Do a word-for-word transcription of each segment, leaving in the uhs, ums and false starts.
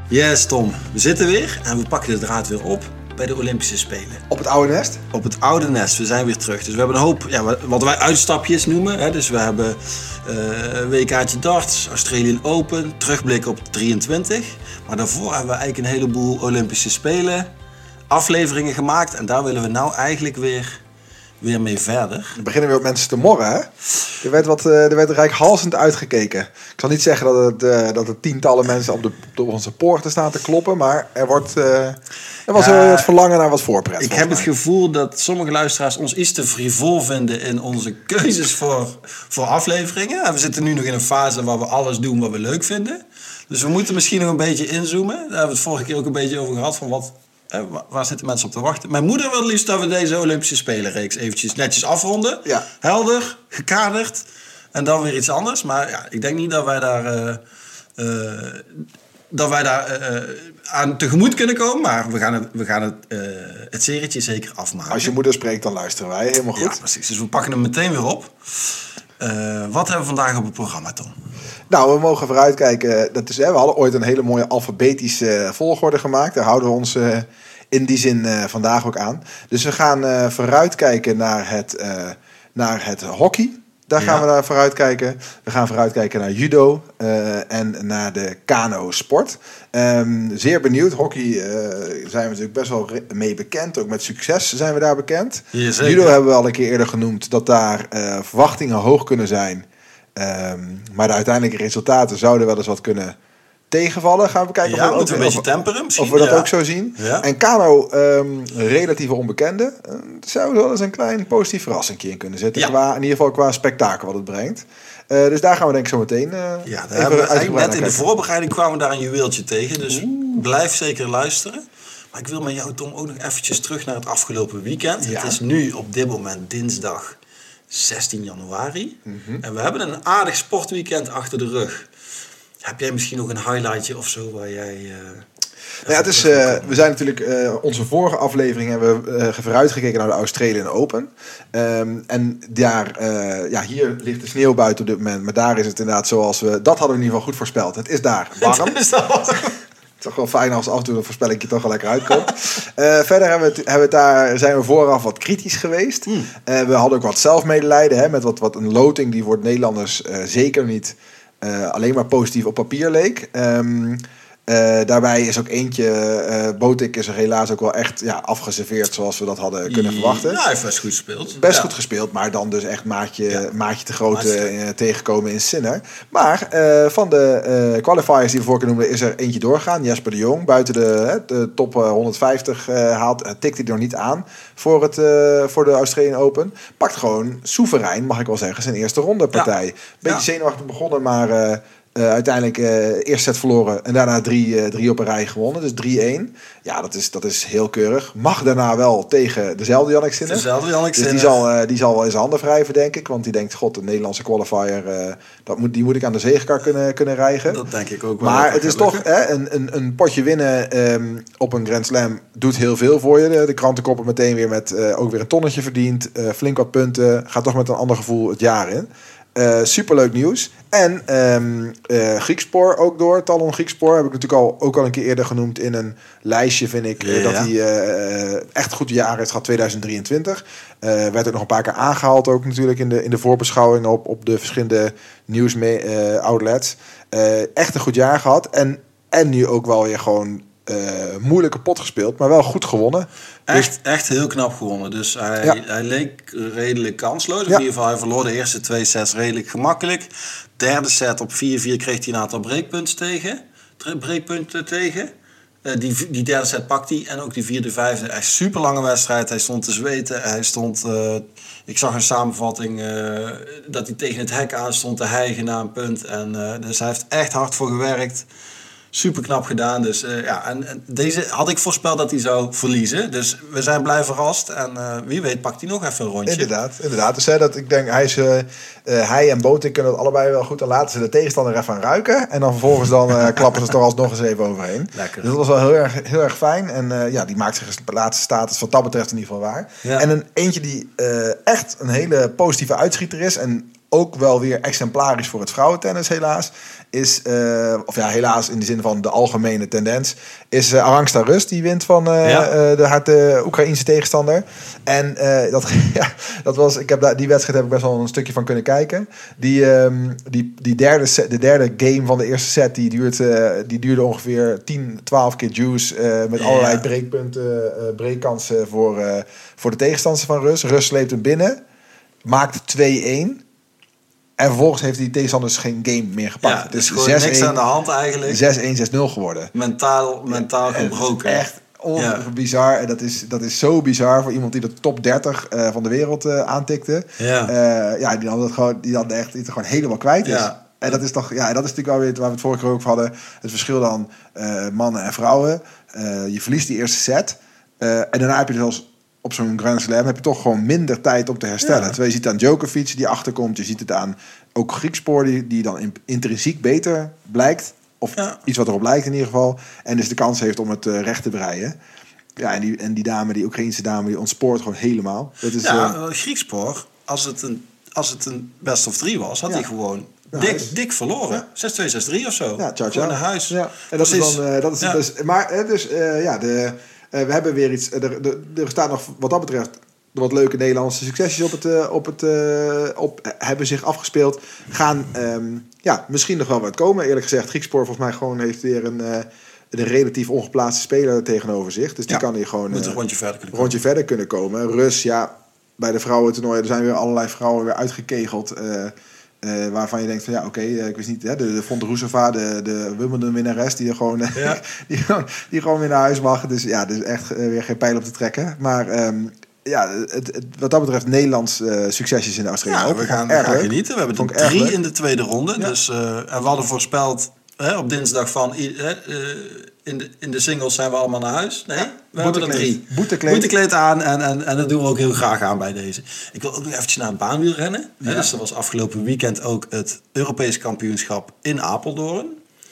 Yes, Tom. We zitten weer en we pakken de draad weer op bij de Olympische Spelen. Op het oude nest? Op het oude nest. We zijn weer terug. Dus we hebben een hoop, ja, wat wij uitstapjes noemen. Hè. Dus we hebben uh, W K'tje darts, Australian Open, terugblik op drieëntwintig. Maar daarvoor hebben we eigenlijk een heleboel Olympische Spelen, afleveringen gemaakt. En daar willen we nou eigenlijk weer... weer mee verder. We beginnen weer op mensen te morren, hè? Er werd, wat, er werd rijkhalsend uitgekeken. Ik zal niet zeggen dat, het, uh, dat er tientallen mensen op, de, op onze poorten staan te kloppen, maar er, wordt, uh, er was ja, het verlangen naar wat voorpret. Ik heb mij. het gevoel dat sommige luisteraars ons iets te frivol vinden in onze keuzes voor, voor afleveringen. En we zitten nu nog in een fase waar we alles doen wat we leuk vinden. Dus we moeten misschien nog een beetje inzoomen. Daar hebben we het vorige keer ook een beetje over gehad, van wat... Eh, waar zitten mensen op te wachten? Mijn moeder wil liefst dat we deze Olympische Spelenreeks eventjes netjes afronden. Ja. Helder, gekaderd. En dan weer iets anders. Maar ja, ik denk niet dat wij daar, uh, uh, dat wij daar uh, aan tegemoet kunnen komen. Maar we gaan het, we gaan het, uh, het serietje zeker afmaken. Als je moeder spreekt, dan luisteren wij. Helemaal goed. Ja, precies. Dus we pakken hem meteen weer op. Uh, wat hebben we vandaag op het programma, Tom? Nou, we mogen vooruitkijken. Dat is, hè, we hadden ooit een hele mooie alfabetische volgorde gemaakt. Daar houden we ons uh, in die zin uh, vandaag ook aan. Dus we gaan uh, vooruitkijken naar het, uh, naar het hockey. Daar gaan ja. we naar vooruitkijken. We gaan vooruitkijken naar judo uh, en naar de kano-sport. Um, zeer benieuwd. Hockey uh, zijn we natuurlijk best wel mee bekend. Ook met succes zijn we daar bekend. Ja, judo hebben we al een keer eerder genoemd. Dat daar uh, verwachtingen hoog kunnen zijn. Um, maar de uiteindelijke resultaten zouden wel eens wat kunnen tegenvallen. Gaan we kijken ja, of we, ook, een beetje temperen of we dat ja. ook zo zien. Ja. En kano, um, relatieve onbekende. Uh, zou er wel eens een klein positief verrassing in kunnen zetten. Ja. Qua, in ieder geval qua spektakel wat het brengt. Uh, dus daar gaan we denk ik zo meteen uh, ja, daar even we, net in de voorbereiding kwamen we daar een juweeltje tegen. Dus Oeh. blijf zeker luisteren. Maar ik wil met jou, Tom, ook nog eventjes terug naar het afgelopen weekend. Ja. Het is nu op dit moment dinsdag zestien januari. Mm-hmm. En we hebben een aardig sportweekend achter de rug. Heb jij misschien nog een highlightje of zo waar jij... Uh, nou ja, het is, uh, we zijn natuurlijk... Uh, onze vorige aflevering hebben we uh, vooruitgekeken naar de Australian Open. Um, en daar... Uh, ja, hier ligt de sneeuw buiten op dit moment. Maar daar is het inderdaad zoals we... Dat hadden we in ieder geval goed voorspeld. Het is daar warm. Het is daar warm. Het is toch wel fijn als af en toe een voorspellingje toch wel lekker uitkomt. Uh, verder hebben we, het, hebben we het daar, zijn we vooraf wat kritisch geweest. Mm. Uh, we hadden ook wat zelfmedelijden. Hè, met wat, wat een loting die voor het Nederlanders uh, zeker niet uh, alleen maar positief op papier leek. Um, Uh, daarbij is ook eentje, uh, Botik is er helaas ook wel echt ja, afgeserveerd zoals we dat hadden kunnen verwachten. Ja, hij heeft best goed gespeeld. Best ja. goed gespeeld, maar dan dus echt maatje, ja. maatje te groot uh, tegengekomen in Sinner. Maar uh, van de uh, qualifiers die we vorige keer noemden is er eentje doorgaan. Jesper de Jong, buiten de, de top honderdvijftig uh, haalt, uh, tikt hij er nog niet aan voor, het, uh, voor de Australian Open. Pakt gewoon soeverein, mag ik wel zeggen, zijn eerste ronde partij. Ja. Beetje ja. zenuwachtig begonnen, maar... Uh, Uh, uiteindelijk uh, eerst set verloren en daarna drie, uh, drie op een rij gewonnen. Dus drie-één. Ja, dat is, dat is heel keurig. Mag daarna wel tegen dezelfde Jannik Sinner. Dezelfde Jannik Sinner. Dus die zal, uh, die zal wel in zijn handen wrijven, denk ik. Want die denkt, god, de Nederlandse qualifier... Uh, dat moet, die moet ik aan de zegekar kunnen, kunnen rijgen. Dat denk ik ook wel. Maar het is toch hè, een, een, een potje winnen um, op een Grand Slam doet heel veel voor je. De, de krantenkoppen meteen weer met uh, ook weer een tonnetje verdiend. Uh, flink wat punten. Gaat toch met een ander gevoel het jaar in. Uh, superleuk nieuws. En um, uh, Griekspoor ook door. Talon Griekspoor heb ik natuurlijk al, ook al een keer eerder genoemd in een lijstje, vind ik. Yeah. Uh, dat hij uh, echt een goed jaar heeft gehad, tweeduizend drieëntwintig. Uh, werd ook nog een paar keer aangehaald ook natuurlijk in de, in de voorbeschouwingen op, op de verschillende nieuws-outlets. Uh, echt een goed jaar gehad. En, en nu ook wel weer gewoon uh, moeilijke pot gespeeld, maar wel goed gewonnen. Echt, dus, echt heel knap gewonnen. Dus hij, ja. hij leek redelijk kansloos. In ja. ieder geval, hij verloor de eerste twee sets redelijk gemakkelijk. Derde set op vier vier kreeg hij een aantal breekpunten tegen. Breekpunten tegen. Uh, die, die derde set pakt hij. En ook die vierde, vijfde. Hij is super lange wedstrijd. Hij stond te zweten. Hij stond... Uh, ik zag een samenvatting uh, dat hij tegen het hek aan stond te hijgen naar een punt. En, uh, dus hij heeft echt hard voor gewerkt. Super knap gedaan. Dus uh, ja, en, en deze had ik voorspeld dat hij zou verliezen. Dus we zijn blij verrast. En uh, wie weet pakt hij nog even een rondje. Inderdaad, inderdaad. Dus hè, dat ik denk, hij, is, uh, uh, hij en Botik kunnen het allebei wel goed. Dan laten ze de tegenstander even aan ruiken. En dan vervolgens dan uh, klappen ze er alsnog eens even overheen. Lekker. Dus dat was wel heel erg, heel erg fijn. En uh, ja, die maakt zich de laatste status wat dat betreft in ieder geval waar. Ja. En een eentje die uh, echt een hele positieve uitschieter is. En ook wel weer exemplarisch voor het vrouwentennis helaas, is, uh, of ja, helaas in de zin van de algemene tendens, is uh, Arantxa Rus die wint van uh, ja. uh, de harte Oekraïense tegenstander. En uh, dat, ja, dat was, ik heb daar, die wedstrijd heb ik best wel een stukje van kunnen kijken. Die, um, die, die derde set, de derde game van de eerste set, die, duurt, uh, die duurde ongeveer tien, twaalf keer juice, uh, met ja. allerlei breekpunten, uh, breekkansen voor, uh, voor de tegenstanders van Rus. Rus sleept hem binnen, maakt twee-een. En vervolgens heeft die tegenstanders geen game meer gepakt. Ja, dus gewoon zes-een, niks aan de hand eigenlijk. zes-een, zes-nul geworden. Mentaal, mentaal ja, gebroken. Echt on- ja. bizar. En dat is, dat is zo bizar voor iemand die de top dertig uh, van de wereld uh, aantikte. Ja, uh, ja die, dan dat gewoon, die dan echt die gewoon helemaal kwijt is. Ja. En dat is toch, ja, dat is natuurlijk wel weer waar we het vorige keer ook over hadden. Het verschil dan uh, mannen en vrouwen. Uh, je verliest die eerste set. Uh, en daarna heb je zelfs op zo'n Grand Slam heb je toch gewoon minder tijd om te herstellen. Ja. Terwijl je ziet aan Djokovic die achterkomt. Je ziet het aan ook Griekspoor die, die dan intrinsiek beter blijkt. Of ja. iets wat erop lijkt in ieder geval. En dus de kans heeft om het uh, recht te breien. Ja, en die, en die dame, die Oekraïense dame, die ontspoort gewoon helemaal. Dat is, ja, uh, Griekspoor, als het een, als het een best of drie was, had hij ja. gewoon dik, huis. dik verloren. Ja. zes-twee, zes-drie of zo. Ja, ciao, gewoon naar huis. Ja. En dat Precies. is dan, uh, dat is ja. dus, maar uh, dus, uh, ja, de... Uh, we hebben weer iets. Uh, er, er, er staat nog wat dat betreft wat leuke Nederlandse succesjes op het, uh, op het uh, op uh, hebben zich afgespeeld. Gaan um, ja misschien nog wel wat komen. Eerlijk gezegd, Griekspoor volgens mij gewoon heeft weer een, uh, een relatief ongeplaatste speler tegenover zich. Dus die ja, kan hier gewoon uh, een rondje verder kunnen rondje komen. verder kunnen komen. Rus, ja, bij de vrouwentoernooien er zijn weer allerlei vrouwen weer uitgekegeld. Uh, Uh, waarvan je denkt van ja, oké, okay, uh, ik wist niet, hè, de, de Vondrousova, de, de Wimbledon-winnares, die er gewoon, uh, ja. die, gewoon, die gewoon weer naar huis mag. Dus ja, dus echt uh, weer geen pijl op te trekken. Maar um, ja, het, het, wat dat betreft Nederlands uh, succesjes in de Australië. Ja, we gaan, we gaan genieten. We hebben er drie in de tweede ronde. Ja. Dus, uh, en we hadden voorspeld hè, op dinsdag van uh, in, de, in de singles zijn we allemaal naar huis. Nee, ja. we hebben er drie. Boetekleed. Boetekleed aan en, en, en dat doen we ook heel graag aan bij deze. Ik wil ook nog eventjes naar het baanwielrennen. Ja. Hè, dus er was afgelopen weekend ook het Europees kampioenschap in Apeldoorn.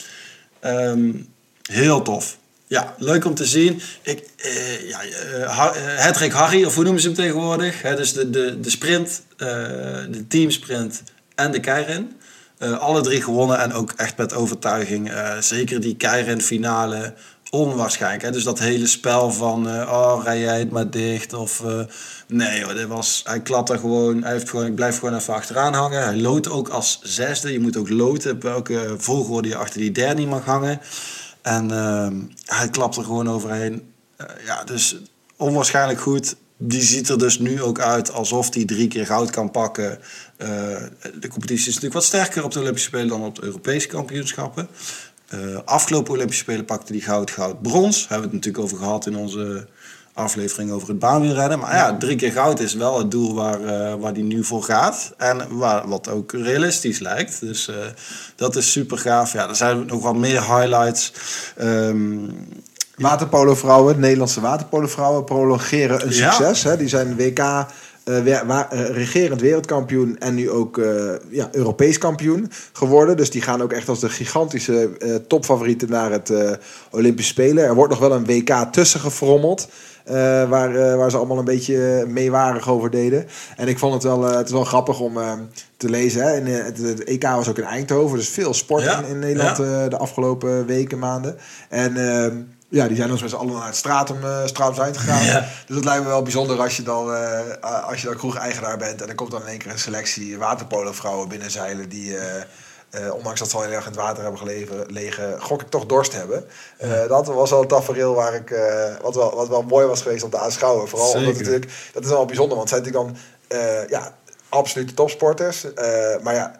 Um, heel tof. Ja, leuk om te zien. Ik, uh, ja, uh, Hattrick Harry, of hoe noemen ze hem tegenwoordig? Hè, dus de, de, de sprint, uh, de teamsprint en de keirin. Uh, alle drie gewonnen en ook echt met overtuiging. Uh, zeker die keirin finale, onwaarschijnlijk. Hè? Dus dat hele spel van, uh, oh, rij jij het maar dicht. Of, uh, nee hoor, dit was, hij klapt er gewoon, hij heeft gewoon, ik blijf gewoon even achteraan hangen. Hij loodt ook als zesde. Je moet ook loten op welke volgorde je achter die derde niet mag hangen. En uh, hij klapt er gewoon overheen. Uh, ja, dus onwaarschijnlijk goed. Die ziet er dus nu ook uit alsof hij drie keer goud kan pakken. Uh, de competitie is natuurlijk wat sterker op de Olympische Spelen dan op de Europese kampioenschappen. Uh, afgelopen Olympische Spelen pakte hij goud, goud, brons. Daar hebben we het natuurlijk over gehad in onze aflevering over het baanwielrennen. Maar ja, drie keer goud is wel het doel waar, uh, waar hij nu voor gaat. En waar, wat ook realistisch lijkt. Dus uh, dat is super gaaf. Ja, er zijn nog wat meer highlights. Um, Waterpolo-vrouwen, Nederlandse waterpolo-vrouwen prolongeren een succes. Ja. Hè? Die zijn W K uh, wer, wa, uh, regerend wereldkampioen en nu ook uh, ja, Europees kampioen geworden. Dus die gaan ook echt als de gigantische uh, topfavorieten naar het uh, Olympische Spelen. Er wordt nog wel een W K tussen gefrommeld. Uh, waar, uh, waar ze allemaal een beetje meewarig over deden. En ik vond het wel, uh, het is wel grappig om uh, te lezen. Hè? En, uh, het, het E K was ook in Eindhoven. Dus veel sport ja. in, in Nederland ja. uh, de afgelopen weken, maanden. En uh, ja, die zijn ons met z'n allen naar het Stratum, uh, Stratum Zuid gegaan. Ja. Dus dat lijkt me wel bijzonder als je dan, uh, als je dan kroeg-eigenaar bent. En er komt dan in één keer een selectie waterpolo-vrouwen binnenzeilen die... Uh, Uh, ondanks dat ze al heel erg in het water hebben gelegen, legen, gok ik toch dorst hebben. Uh, ja. Dat was wel een tafereel waar ik, uh, wat, wel, wat wel mooi was geweest om te aanschouwen. Vooral Zeker. Omdat natuurlijk, dat is wel bijzonder, want het zijn natuurlijk dan uh, ja, absolute topsporters. Uh, maar ja,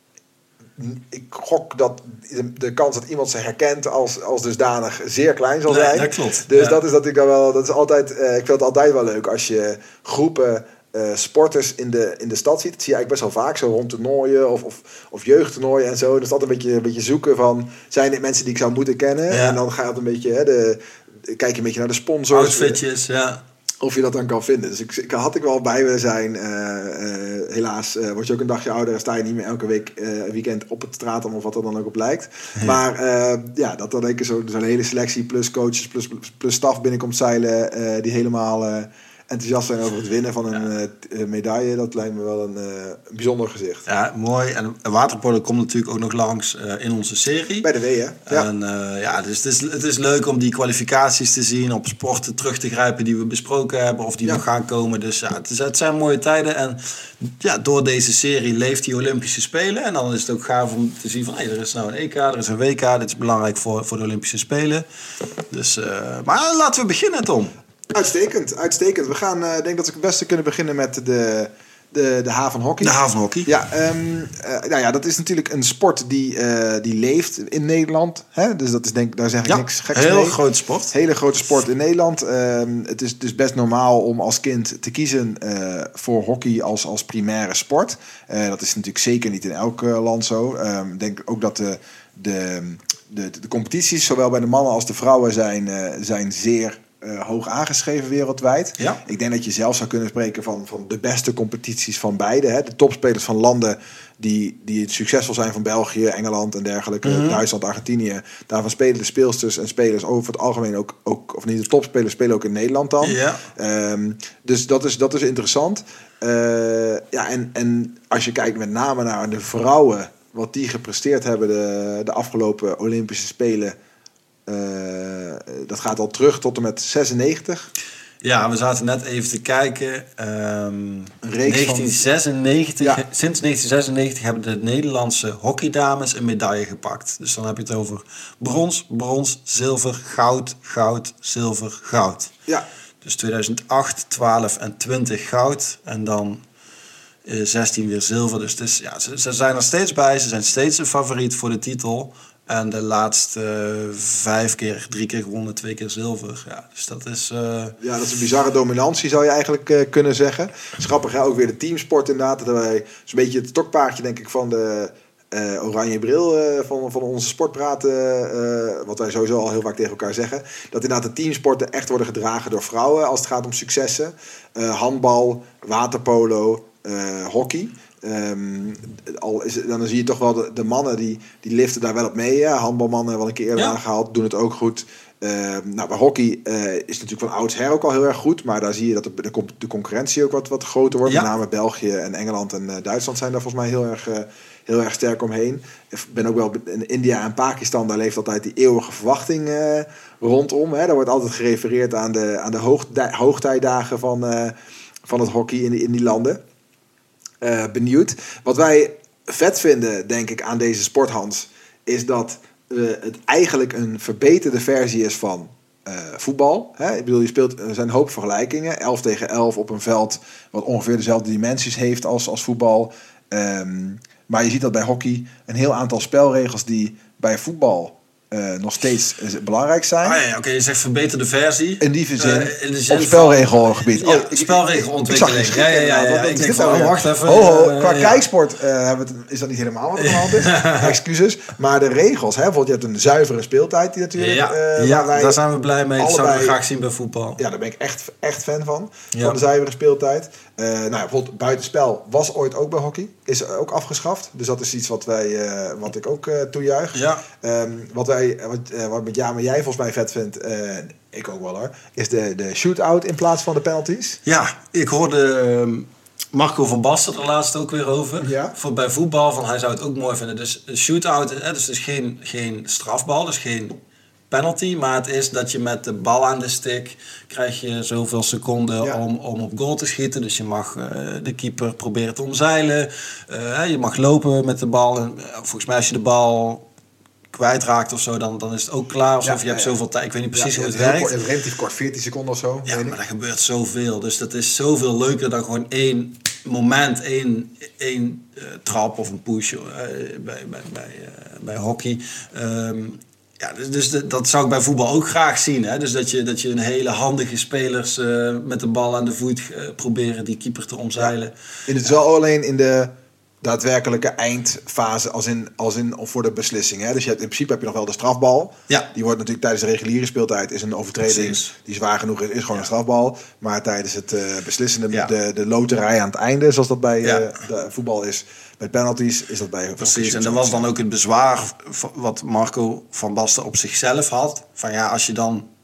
ik gok dat de, de kans dat iemand ze herkent als, als dusdanig zeer klein zal nee, zijn. Dat klopt. Dus ja. dat is natuurlijk wel, dat is altijd, uh, ik vind het altijd wel leuk als je groepen Uh, sporters in de, in de stad ziet. Dat zie je eigenlijk best wel vaak, zo rond toernooien of, of, of jeugdtoernooien en zo. Dus dat een beetje, een beetje zoeken van, zijn dit mensen die ik zou moeten kennen? Ja. En dan ga je een beetje, hè, de, kijk je een beetje naar de sponsors. Outfitjes, ja. Of je dat dan kan vinden. Dus ik, ik had ik wel bij willen zijn. Uh, uh, helaas uh, word je ook een dagje ouder en sta je niet meer elke week uh, weekend op het stratum of wat er dan ook op lijkt. Ja. Maar uh, ja, dat dan denk ik zo, zo'n hele selectie plus coaches plus, plus staf binnenkomt zeilen uh, die helemaal... Uh, enthousiast zijn over het winnen van een ja. uh, medaille. Dat lijkt me wel een, uh, een bijzonder gezicht. Ja, mooi. En waterpolo komt natuurlijk ook nog langs uh, in onze serie. Bij de W, hè? Ja. En uh, ja, dus het is, het is leuk om die kwalificaties te zien, op sporten terug te grijpen die we besproken hebben of die ja. nog gaan komen. Dus ja, het, is, het zijn mooie tijden. En ja, door deze serie leeft die Olympische Spelen. En dan is het ook gaaf om te zien van, hey, er is nou een E K, er is een W K. Dit is belangrijk voor, voor de Olympische Spelen. Dus, uh, maar laten we beginnen, Tom. Uitstekend, uitstekend. We gaan, ik uh, denk dat we het beste kunnen beginnen met de, de, de H van hockey. De H van hockey. Ja, um, uh, nou ja, dat is natuurlijk een sport die, uh, die leeft in Nederland. Hè? Dus dat is denk, daar zeg ik ja, niks geks heel mee. Hele grote sport. Hele grote sport in Nederland. Um, het is dus best normaal om als kind te kiezen uh, voor hockey als, als primaire sport. Uh, dat is natuurlijk zeker niet in elk uh, land zo. Ik um, denk ook dat de, de, de, de competities, zowel bij de mannen als de vrouwen, zijn, uh, zijn zeer... Uh, hoog aangeschreven wereldwijd. Ja. Ik denk dat je zelf zou kunnen spreken van, van de beste competities van beide. Hè? De topspelers van landen die, die succesvol zijn, van België, Engeland en dergelijke, mm-hmm. Duitsland, Argentinië. Daarvan spelen de speelsters en spelers over het algemeen ook, ook of niet de topspelers spelen ook in Nederland dan. Ja. Um, dus dat is, dat is interessant. Uh, ja, en, en als je kijkt met name naar de vrouwen, wat die gepresteerd hebben de, de afgelopen Olympische Spelen. Uh, dat gaat al terug tot en met zesennegentig. Ja, we zaten net even te kijken. Um, een reeks negentien zesennegentig, van... ja. Sinds negentien zesennegentig hebben de Nederlandse hockeydames een medaille gepakt. Dus dan heb je het over brons, brons, zilver, goud, goud, zilver, goud. Ja. Dus tweeduizend acht, twaalf en twintig goud. En dan uh, zestien weer zilver. Dus het is, ja, ze, ze zijn er steeds bij. Ze zijn steeds een favoriet voor de titel. En de laatste uh, vijf keer, drie keer gewonnen, twee keer zilver. Ja, dus dat is... Uh... Ja, dat is een bizarre dominantie, zou je eigenlijk uh, kunnen zeggen. Het is grappig, hè? Ook weer de teamsport inderdaad. Dat wij zo'n beetje het stokpaardje, denk ik, van de uh, oranje bril uh, van, van onze sportpraten. Uh, wat wij sowieso al heel vaak tegen elkaar zeggen. Dat inderdaad de teamsporten echt worden gedragen door vrouwen als het gaat om successen. Uh, handbal, waterpolo, uh, hockey. Um, al is het, dan zie je toch wel de, de mannen die, die liften daar wel op mee. Ja. Handbalmannen wel een keer eerder ja. aangehaald, doen het ook goed. Uh, nou, bij hockey uh, is natuurlijk van oudsher ook al heel erg goed. Maar daar zie je dat de, de, de concurrentie ook wat, wat groter wordt. Ja. Met name België en Engeland en uh, Duitsland zijn daar volgens mij heel erg, uh, heel erg sterk omheen. Ik ben ook wel in India en Pakistan, daar leeft altijd die eeuwige verwachting uh, rondom. Hè. Daar wordt altijd gerefereerd aan de, aan de hoogtij, hoogtijdagen van, uh, van het hockey in, in die landen. Uh, benieuwd. Wat wij vet vinden, denk ik, aan deze sport, Hans, is dat uh, het eigenlijk een verbeterde versie is van uh, voetbal. Hè? Ik bedoel, je speelt, er zijn een hoop vergelijkingen. elf tegen elf op een veld wat ongeveer dezelfde dimensies heeft als, als voetbal. Um, maar je ziet dat bij hockey een heel aantal spelregels die bij voetbal Uh, nog steeds uh, belangrijk zijn. Ah, ja, Oké, okay, je zegt verbeterde versie. In die zin, uh, in de zin op spelregelgebied. Van, ja, oh, spelregelontwikkeling. Ja, ja, ja. ja, ja. Ik denk van, oh, wacht even. Ho, ho, qua uh, kijksport uh, hebben we het, is dat niet helemaal wat er aan de hand is. Excuses. Maar de regels, hè, bijvoorbeeld je hebt een zuivere speeltijd die natuurlijk... Ja, uh, ja wij daar zijn we blij mee. Dat zouden we graag zien bij voetbal. Ja, daar ben ik echt, echt fan van. Ja. Van de zuivere speeltijd. Uh, nou, bijvoorbeeld buitenspel was ooit ook bij hockey. Is ook afgeschaft. Dus dat is iets wat, wij, uh, wat ik ook uh, toejuich. Ja. Um, wat wij, wat, uh, wat met ja, maar jij volgens mij vet vindt, uh, ik ook wel hoor, is de, de shootout in plaats van de penalties. Ja, ik hoorde uh, Marco van Basten er laatst ook weer over. Ja. Voor, bij voetbal, van hij zou het ook mooi vinden. Dus een shootout, hè, dus, dus geen, geen strafbal, dus geen penalty, maar het is dat je met de bal aan de stick krijg je zoveel seconden ja. om, om op goal te schieten. Dus je mag uh, de keeper proberen te omzeilen. Uh, je mag lopen met de bal. En, uh, volgens mij als je de bal kwijtraakt of zo, dan, dan is het ook klaar. Of, ja, of je ja, hebt zoveel tijd. Ik weet niet precies ja, hoe het, het werkt. Kort, relatief kort, veertien seconden of zo. Ja, maar er gebeurt zoveel. Dus dat is zoveel leuker dan gewoon één moment, één, één uh, trap of een push uh, bij, bij, bij, uh, bij hockey. Um, Ja, dus, dus de, dat zou ik bij voetbal ook graag zien. Hè? Dus dat je, dat je een hele handige spelers uh, met de bal aan de voet uh, proberen die keeper te omzeilen. Ja. En het is wel alleen in de daadwerkelijke eindfase als in, als in voor de beslissing. Hè? Dus je hebt, in principe heb je nog wel de strafbal. Ja. Die wordt natuurlijk tijdens de reguliere speeltijd is een overtreding Precies. die zwaar genoeg is, is gewoon ja. een strafbal. Maar tijdens het uh, beslissende, ja. de, de loterij aan het einde, zoals dat bij ja. uh, de voetbal is, met penalties, is dat bij... Precies, en dat was dan ook het bezwaar wat Marco van Basten op zichzelf had. Van ja, als je dan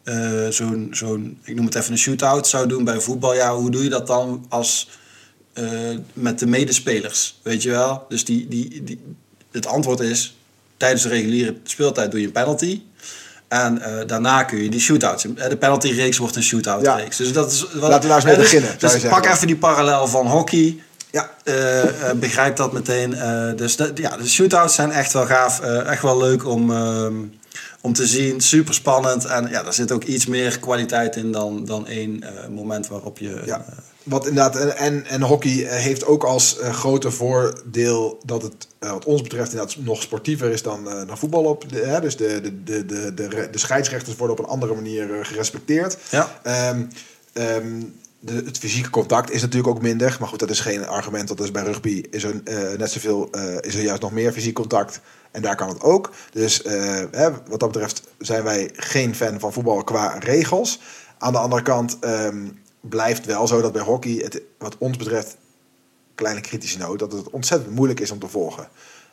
uh, zo'n, zo'n, ik noem het even een shootout zou doen bij voetbal. Ja, hoe doe je dat dan als uh, met de medespelers? Weet je wel? Dus die, die, die, het antwoord is, tijdens de reguliere speeltijd doe je een penalty. En uh, daarna kun je die shootouts. De penalty-reeks wordt een shootout-reeks. Ja. Dus dat is wat, laten we nou eens mee dus, beginnen. Dus pak zeggen. even die parallel van hockey. Ja. Uh, uh, begrijp dat meteen. Uh, dus de, ja, de shootouts zijn echt wel gaaf. Uh, echt wel leuk om, uh, om te zien. Super spannend. En ja, daar zit ook iets meer kwaliteit in dan, dan één uh, moment waarop je... Ja. Uh, Wat inderdaad, en, en hockey heeft ook als uh, grote voordeel dat het uh, wat ons betreft inderdaad nog sportiever is dan, uh, dan voetbal. Op de, hè? Dus de, de, de, de, de, de scheidsrechters worden op een andere manier uh, gerespecteerd. Ja. Um, um, de, het fysieke contact is natuurlijk ook minder. Maar goed, dat is geen argument. Dat is bij rugby is er uh, net zoveel, uh, is er juist nog meer fysiek contact. En daar kan het ook. Dus uh, hè, wat dat betreft zijn wij geen fan van voetbal qua regels. Aan de andere kant... Um, blijft wel zo dat bij hockey, het, wat ons betreft, kleine kritische noot, dat het ontzettend moeilijk is om te volgen.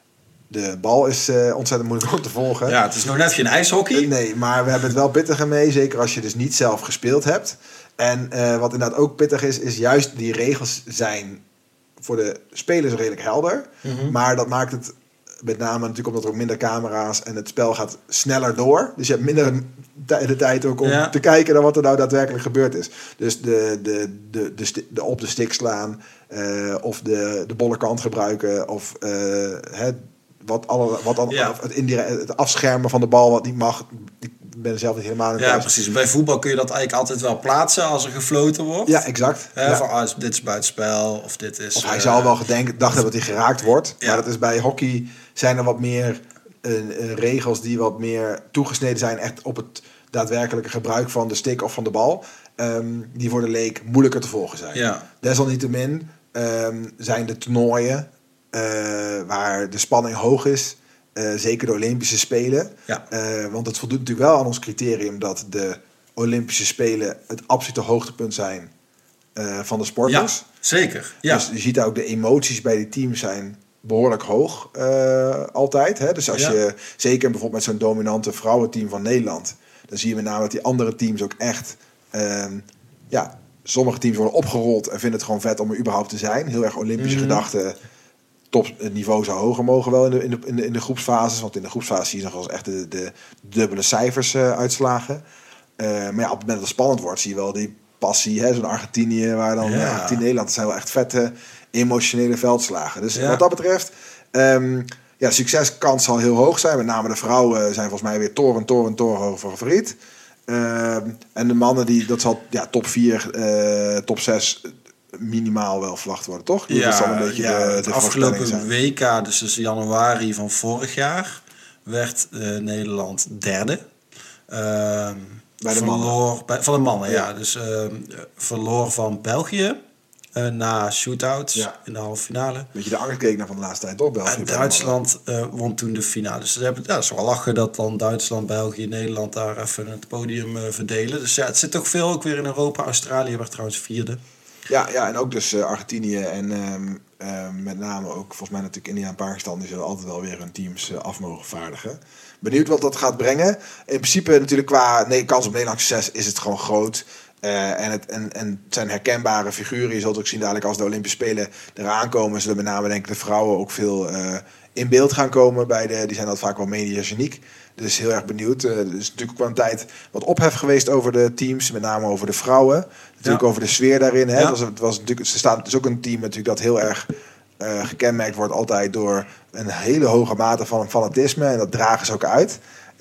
De bal is uh, ontzettend moeilijk om te volgen. Ja, het is nog net geen ijshockey. Nee, maar we hebben het wel pittiger mee, zeker als je dus niet zelf gespeeld hebt. En uh, wat inderdaad ook pittig is, is juist die regels zijn voor de spelers redelijk helder. Mm-hmm. Maar dat maakt het met name natuurlijk omdat er ook minder camera's en het spel gaat sneller door. Dus je hebt minder de tijd ook om ja. te kijken naar wat er nou daadwerkelijk gebeurd is. Dus de, de, de, de, sti- de op de stick slaan uh, of de, de bolle kant gebruiken of uh, hè, wat alle, wat dan, ja. het, indire- het afschermen van de bal wat niet mag. Ik ben er zelf niet helemaal in Ja, thuis. Precies. Bij voetbal kun je dat eigenlijk altijd wel plaatsen als er gefloten wordt. Ja, exact. Hè, ja. Van, ah, dit is buitenspel of dit is... Of hij uh, zal wel gedacht hebben dat hij geraakt wordt. Ja. Maar dat is bij hockey zijn er wat meer uh, uh, regels die wat meer toegesneden zijn echt op het daadwerkelijke gebruik van de stick of van de bal. Um, die voor de leek moeilijker te volgen zijn. Ja. Desalniettemin um, zijn de toernooien uh, waar de spanning hoog is, uh, zeker de Olympische Spelen. Ja. Uh, want het voldoet natuurlijk wel aan ons criterium dat de Olympische Spelen het absolute hoogtepunt zijn uh, van de sporters. Ja, zeker. Ja. Dus je ziet ook de emoties bij die teams zijn behoorlijk hoog uh, altijd. Hè? Dus als ja. je, zeker bijvoorbeeld met zo'n dominante vrouwenteam van Nederland, dan zie je met name dat die andere teams ook echt... Uh, ja, sommige teams worden opgerold en vinden het gewoon vet om er überhaupt te zijn. Heel erg Olympische mm-hmm. gedachten. Top, het niveau zou hoger mogen wel in de, in de, in de, in de groepsfases. Want in de groepsfase zie je nog wel eens echt de, de dubbele cijfers uh, uitslagen. Uh, maar ja, op het moment dat het spannend wordt, zie je wel die passie. Hè? Zo'n Argentinië, waar dan ja. Argentinië Nederland, dat zijn wel echt vette emotionele veldslagen. Dus ja. wat dat betreft... Um, Ja, succeskans zal heel hoog zijn. Met name de vrouwen zijn volgens mij weer toren, toren, toren hoog favoriet. Uh, en de mannen, die, dat zal ja, top vier, uh, top zes minimaal wel verwacht worden, toch? Ja, dat zal een beetje ja, de, het de afgelopen W K, dus dus januari van vorig jaar, werd uh, Nederland derde. Uh, bij de verloor, mannen. Bij, van de mannen, ja. ja. Dus uh, verloor van België. Uh, na shootouts ja. in de halve finale. Beetje de angstgegner van de laatste tijd, toch? België. En Duitsland uh, won toen de finale. Dus ze hebben, ja, dat is wel lachen dat dan Duitsland, België, Nederland daar even het podium uh, verdelen. Dus ja, het zit toch veel ook weer in Europa. Australië werd trouwens vierde. Ja, ja en ook dus uh, Argentinië en um, uh, met name ook volgens mij natuurlijk India en Pakistan. Die zullen altijd wel weer hun teams uh, af mogen vaardigen. Benieuwd wat dat gaat brengen. In principe natuurlijk qua nee, kans op Nederlands succes is het gewoon groot. Uh, en, het, en, en het zijn herkenbare figuren. Je zult ook zien dadelijk als de Olympische Spelen eraan komen, zullen met name denk ik de vrouwen ook veel uh, in beeld gaan komen. Bij de, die zijn dat vaak wel mediageniek. Dus heel erg benieuwd. Uh, er is natuurlijk ook wel een tijd wat ophef geweest over de teams, met name over de vrouwen. Natuurlijk ja. over de sfeer daarin. Hè. Ja. Het was, het was natuurlijk, ze staan, het is ook een team natuurlijk dat heel erg uh, gekenmerkt wordt altijd door een hele hoge mate van fanatisme. En dat dragen ze ook uit.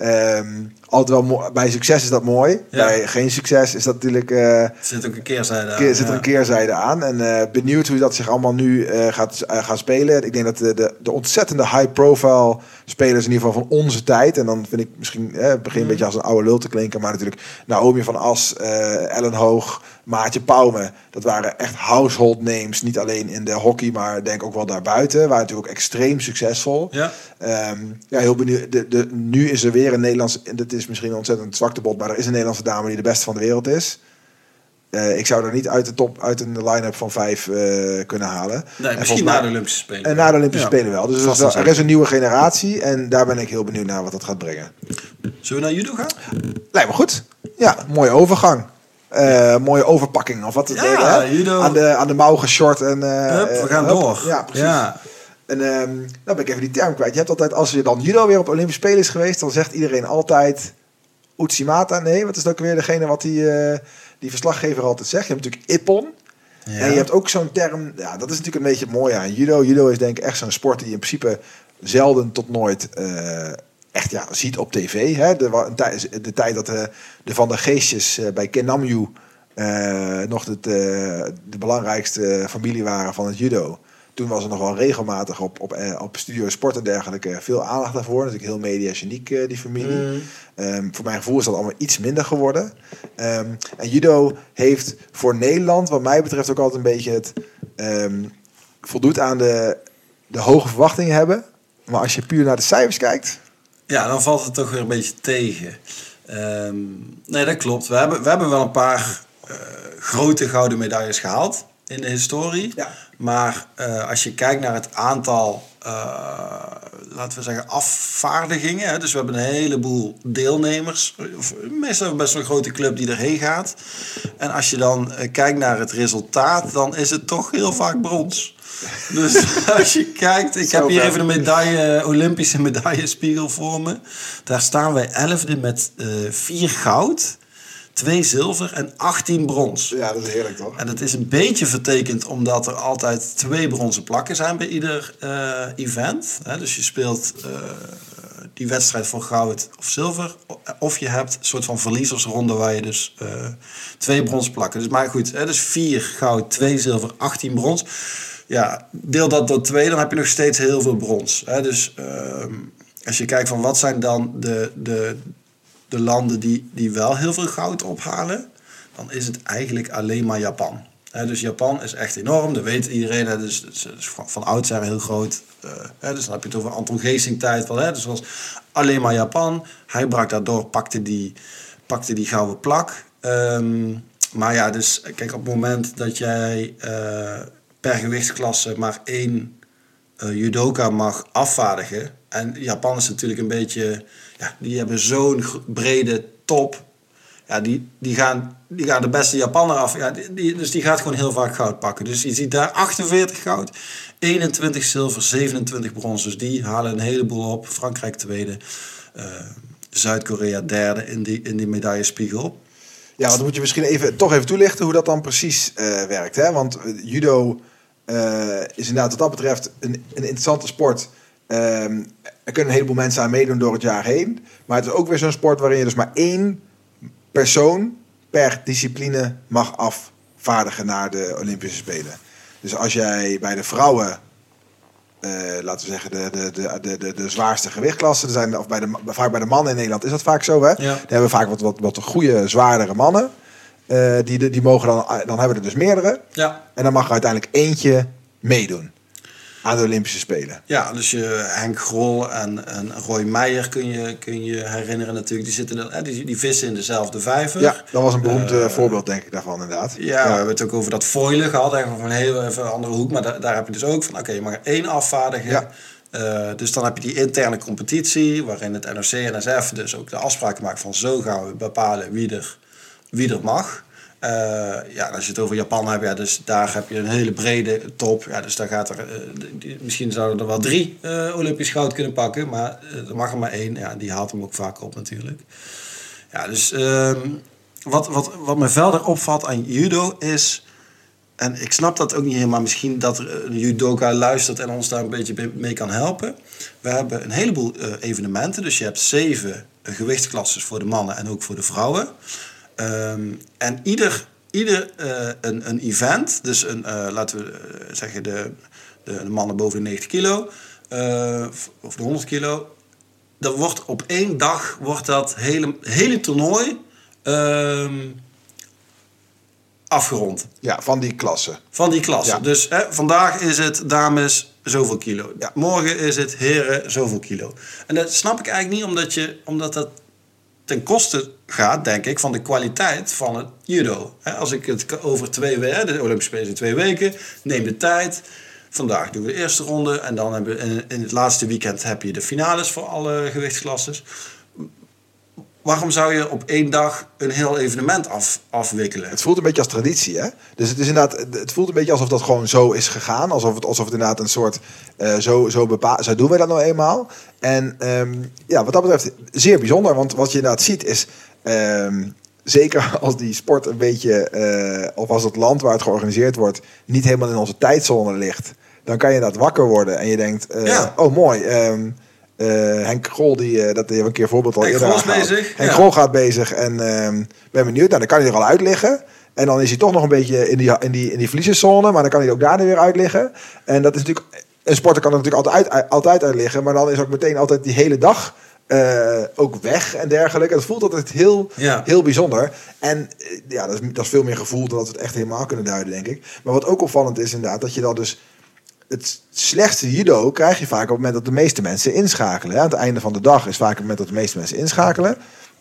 Um, altijd wel mo- bij succes is dat mooi. Ja. Bij geen succes is dat natuurlijk... Uh, er zit ook een keerzijde aan. Keer, zit er een keerzijde aan. En uh, benieuwd hoe dat zich allemaal nu uh, gaat uh, gaan spelen. Ik denk dat de, de, de ontzettende high-profile spelers in ieder geval van onze tijd... en dan vind ik misschien... Uh, begin een mm. beetje als een oude lul te klinken... maar natuurlijk Naomi van As, uh, Ellen Hoog, Maartje Pauwme... dat waren echt household names. Niet alleen in de hockey, maar denk ook wel daarbuiten. Waren natuurlijk ook extreem succesvol. Ja, um, ja heel benieuwd. De, de, nu is er weer een Nederlands... dat is misschien een ontzettend zwaktebod... maar er is een Nederlandse dame die de beste van de wereld is... Uh, ik zou er niet uit de top, uit een line-up van vijf uh, kunnen halen. Nee, misschien na de Olympische Spelen. En na de Olympische ja. Spelen wel. Dus er is, wel, er is een nieuwe generatie en daar ben ik heel benieuwd naar wat dat gaat brengen. Zullen we naar judo gaan? Lijkt me goed. Ja, mooie overgang. Uh, mooie overpakking of wat het ja, is. Aan de, aan de mouw geshort. En, uh, hup, we gaan hup. door. Ja, precies. Ja. En um, nou ben ik even die term kwijt. Je hebt altijd, als je dan judo weer op Olympische Spelen is geweest, dan zegt iedereen altijd Utsimata. Nee, wat is dat ook weer degene wat die, uh, die verslaggever altijd zegt? Je hebt natuurlijk Ippon. Ja. En je hebt ook zo'n term, ja, dat is natuurlijk een beetje mooi aan judo. Judo is denk ik echt zo'n sport die je in principe zelden tot nooit uh, echt ja, ziet op tv. Hè? De, de, de tijd dat de, de Van der Geestjes uh, bij Kenamju uh, nog het, uh, de belangrijkste familie waren van het judo. Toen was er nog wel regelmatig op, op, uh, op Studio Sport en dergelijke veel aandacht daarvoor. Natuurlijk heel mediageniek, uh, die familie. Mm. Um, voor mijn gevoel is dat allemaal iets minder geworden. Um, en judo heeft voor Nederland, wat mij betreft, ook altijd een beetje het um, voldoet aan de, de hoge verwachtingen hebben. Maar als je puur naar de cijfers kijkt, ja, dan valt het toch weer een beetje tegen. Um, nee, dat klopt. We hebben, we hebben wel een paar uh, grote gouden medailles gehaald in de historie. Ja. Maar uh, als je kijkt naar het aantal, uh, laten we zeggen, afvaardigingen. Hè, dus we hebben een heleboel deelnemers. Meestal best wel een grote club die erheen gaat. En als je dan uh, kijkt naar het resultaat, dan is het toch heel vaak brons. Dus als je kijkt, ik heb hier even de medaille, Olympische medaillespiegel voor me. Daar staan wij elfde met uh, vier goud, twee zilver en achttien brons. Ja, dat is heerlijk toch? En het is een beetje vertekend omdat er altijd twee bronzen plakken zijn bij ieder uh, event. He, dus je speelt uh, die wedstrijd voor goud of zilver. Of je hebt een soort van verliezersronde waar je dus uh, twee bronzen plakken. Dus maar goed, hè, dus vier goud, twee zilver, achttien brons. Ja, deel dat door twee, dan heb je nog steeds heel veel brons. Hè? Dus uh, als je kijkt van wat zijn dan de, de, de landen die, die wel heel veel goud ophalen, dan is het eigenlijk alleen maar Japan. Hè? Dus Japan is echt enorm, dat weet iedereen. Hè? Dus, dus, dus van, van oudsher heel groot. Uh, hè? Dus dan heb je het over Anton Geesing tijd. Wel, hè? Dus was alleen maar Japan. Hij brak daardoor, pakte die, pakte die gouden plak. Um, maar ja, dus kijk, op het moment dat jij Uh, per gewichtsklasse maar één uh, judoka mag afvaardigen. En Japan is natuurlijk een beetje, ja, die hebben zo'n brede top. Ja, die, die, gaan, die gaan de beste Japaner af. Ja, die, die, dus die gaat gewoon heel vaak goud pakken. Dus je ziet daar achtenveertig goud, eenentwintig zilver, zevenentwintig brons. Dus die halen een heleboel op. Frankrijk tweede, uh, Zuid-Korea derde in die, in die medaillespiegel. Ja, want dan moet je misschien even, toch even toelichten hoe dat dan precies uh, werkt. Hè? Want uh, judo uh, is inderdaad wat dat betreft een, een interessante sport. Um, er kunnen een heleboel mensen aan meedoen door het jaar heen. Maar het is ook weer zo'n sport waarin je dus maar één persoon per discipline mag afvaardigen naar de Olympische Spelen. Dus als jij bij de vrouwen, uh, laten we zeggen, de, de, de, de, de, de zwaarste gewichtklassen, zijn, of bij de, vaak bij de mannen in Nederland is dat vaak zo, hè? Ja. Dan hebben we vaak wat, wat, wat goede, zwaardere mannen. Uh, die, die mogen dan, dan hebben we er dus meerdere. Ja. En dan mag er uiteindelijk eentje meedoen aan de Olympische Spelen. Ja, dus je Henk Grol en, en Roy Meijer kun je, kun je herinneren natuurlijk. Die, zitten er, die, die vissen in dezelfde vijver. Ja, dat was een beroemd uh, voorbeeld denk ik daarvan inderdaad. Ja, ja, we hebben het ook over dat foilen gehad. Eigenlijk van een heel even andere hoek. Maar da, daar heb je dus ook van, oké, okay, je mag er één afvaardigen. Ja. Uh, dus dan heb je die interne competitie, waarin het N O C en N S F dus ook de afspraken maakt van zo gaan we bepalen wie er, wie er mag. Uh, ja, als je het over Japan hebt, ja, dus daar heb je een hele brede top. Ja, dus daar gaat er, uh, die, misschien zouden er wel drie uh, Olympisch goud kunnen pakken, maar uh, er mag er maar één. Ja, die haalt hem ook vaak op natuurlijk. Ja, dus uh, wat, wat, wat me verder opvalt aan judo is, en ik snap dat ook niet helemaal, misschien dat er een judoka luistert en ons daar een beetje mee kan helpen. We hebben een heleboel uh, evenementen, dus je hebt zeven uh, gewichtsklasses voor de mannen en ook voor de vrouwen. Um, en ieder, ieder uh, een, een event, dus een, uh, laten we uh, zeggen de, de, de mannen boven de negentig kilo, uh, of de honderd kilo, dat wordt op één dag wordt dat hele, hele toernooi um, afgerond. Ja, van die klasse. Van die klasse. Ja. Dus hè, vandaag is het dames zoveel kilo. Ja. Morgen is het heren zoveel kilo. En dat snap ik eigenlijk niet, omdat, je, omdat dat ten koste gaat, denk ik, van de kwaliteit van het judo. Als ik het over twee weken, de Olympische Spelen in twee weken, neem de tijd. Vandaag doen we de eerste ronde en dan hebben we in het laatste weekend heb je de finales voor alle gewichtsklasses. waarom zou je op één dag een heel evenement af, afwikkelen? Het voelt een beetje als traditie, hè? Dus het is inderdaad, het voelt een beetje alsof dat gewoon zo is gegaan. Alsof het, alsof het inderdaad een soort, uh, zo, zo, bepaal, zo doen wij dat nou eenmaal. En um, ja, wat dat betreft zeer bijzonder. Want wat je inderdaad ziet is, um, zeker als die sport een beetje, uh, of als het land waar het georganiseerd wordt, niet helemaal in onze tijdzone ligt, dan kan je inderdaad wakker worden en je denkt, uh, ja. oh mooi, um, Uh, Henk Grol, die, uh, dat hebben we een keer voorbeeld al Henk eerder Grol is bezig. Henk ja. Grol gaat bezig en uh, ben benieuwd. Nou, dan kan hij er al uit liggen. En dan is hij toch nog een beetje in die, in die, in die verliezerszone. Maar dan kan hij ook daar weer uit liggen. En dat is natuurlijk, een sporter kan er natuurlijk altijd uit, altijd uit liggen. Maar dan is ook meteen altijd die hele dag uh, ook weg en dergelijke. Dat voelt altijd heel, ja. heel bijzonder. En uh, ja, dat is, dat is veel meer gevoel dan dat we het echt helemaal kunnen duiden, denk ik. Maar wat ook opvallend is inderdaad, dat je dan dus het slechtste judo krijg je vaak op het moment dat de meeste mensen inschakelen. Aan het einde van de dag is vaak het moment dat de meeste mensen inschakelen.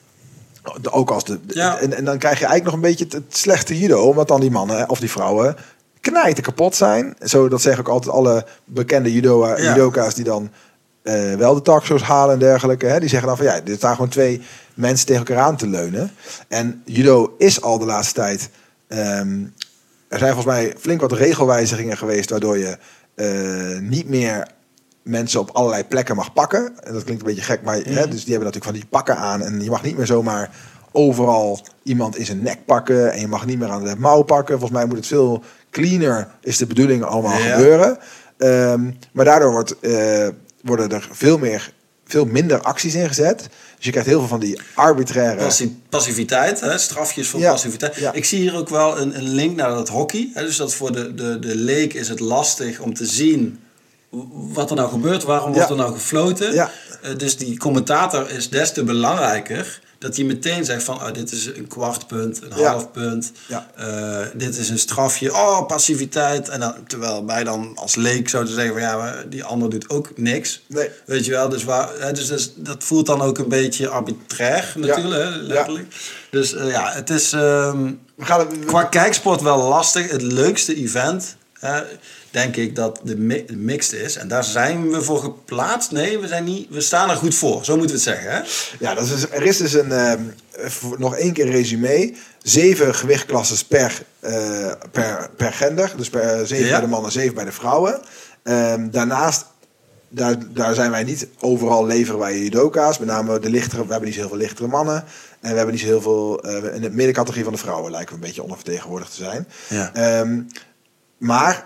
Ook als de, ja. en, en dan krijg je eigenlijk nog een beetje het, het slechte judo, omdat dan die mannen of die vrouwen knijten kapot zijn. Zo, dat zeggen ook altijd alle bekende judo, ja. judoka's die dan uh, wel de talkshows halen en dergelijke. Hè, die zeggen dan van ja, er staan gewoon twee mensen tegen elkaar aan te leunen. En judo is al de laatste tijd. Um, er zijn volgens mij flink wat regelwijzigingen geweest waardoor je Uh, niet meer mensen op allerlei plekken mag pakken. En dat klinkt een beetje gek, maar mm. hè, dus die hebben natuurlijk van die pakken aan. En je mag niet meer zomaar overal iemand in zijn nek pakken. En je mag niet meer aan de mouw pakken. Volgens mij moet het veel cleaner, is de bedoeling, allemaal ja. gebeuren. Um, maar daardoor wordt, uh, worden er veel meer, veel minder acties ingezet. Dus je krijgt heel veel van die arbitraire... Passi- passiviteit, hè? Strafjes voor ja, passiviteit. Ja. Ik zie hier ook wel een, een link naar dat hockey. Hè? Dus dat voor de, de, de leek is het lastig om te zien wat er nou gebeurt. Waarom ja. wordt er nou gefloten? Ja. Uh, dus die commentator is des te belangrijker dat hij meteen zegt van oh, dit is een kwart punt, een ja. half punt. Ja. Uh, dit is een strafje. Oh, passiviteit. En dan, terwijl wij dan als leek zouden zeggen van ja, maar die ander doet ook niks. Nee. Weet je wel, dus, waar, hè, dus, dus dat voelt dan ook een beetje arbitrair natuurlijk, ja. hè, letterlijk. Ja. Dus uh, ja, het is um, we gaan het, qua kijksport wel lastig. Het leukste event, hè, denk ik dat de mi- mixed is. En daar zijn we voor geplaatst. Nee, we, zijn niet, we staan er goed voor. Zo moeten we het zeggen. Hè? Ja, dat is, er is dus een, uh, nog één keer resume. Zeven gewichtklasses per, uh, per, per gender. Dus per, zeven ja. bij de mannen, zeven bij de vrouwen. Um, daarnaast, daar, daar zijn wij niet overal leveren wij judoka's. Met name de lichtere, we hebben niet zo heel veel lichtere mannen. En we hebben niet zo heel veel... Uh, in de middencategorie van de vrouwen lijken we een beetje ondervertegenwoordigd te zijn. Ja. Um, maar...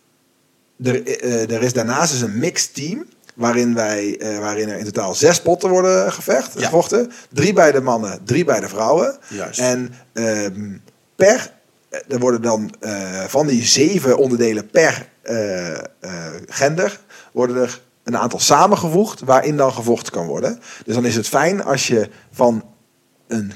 Er, uh, er is daarnaast dus een mixed team, waarin, wij, uh, waarin er in totaal zes potten worden gevecht, ja. gevochten. Drie bij de mannen, drie bij de vrouwen. Juist. En uh, per, er worden dan uh, van die zeven onderdelen per uh, uh, gender, worden er een aantal samengevoegd, waarin dan gevochten kan worden. Dus dan is het fijn als je van een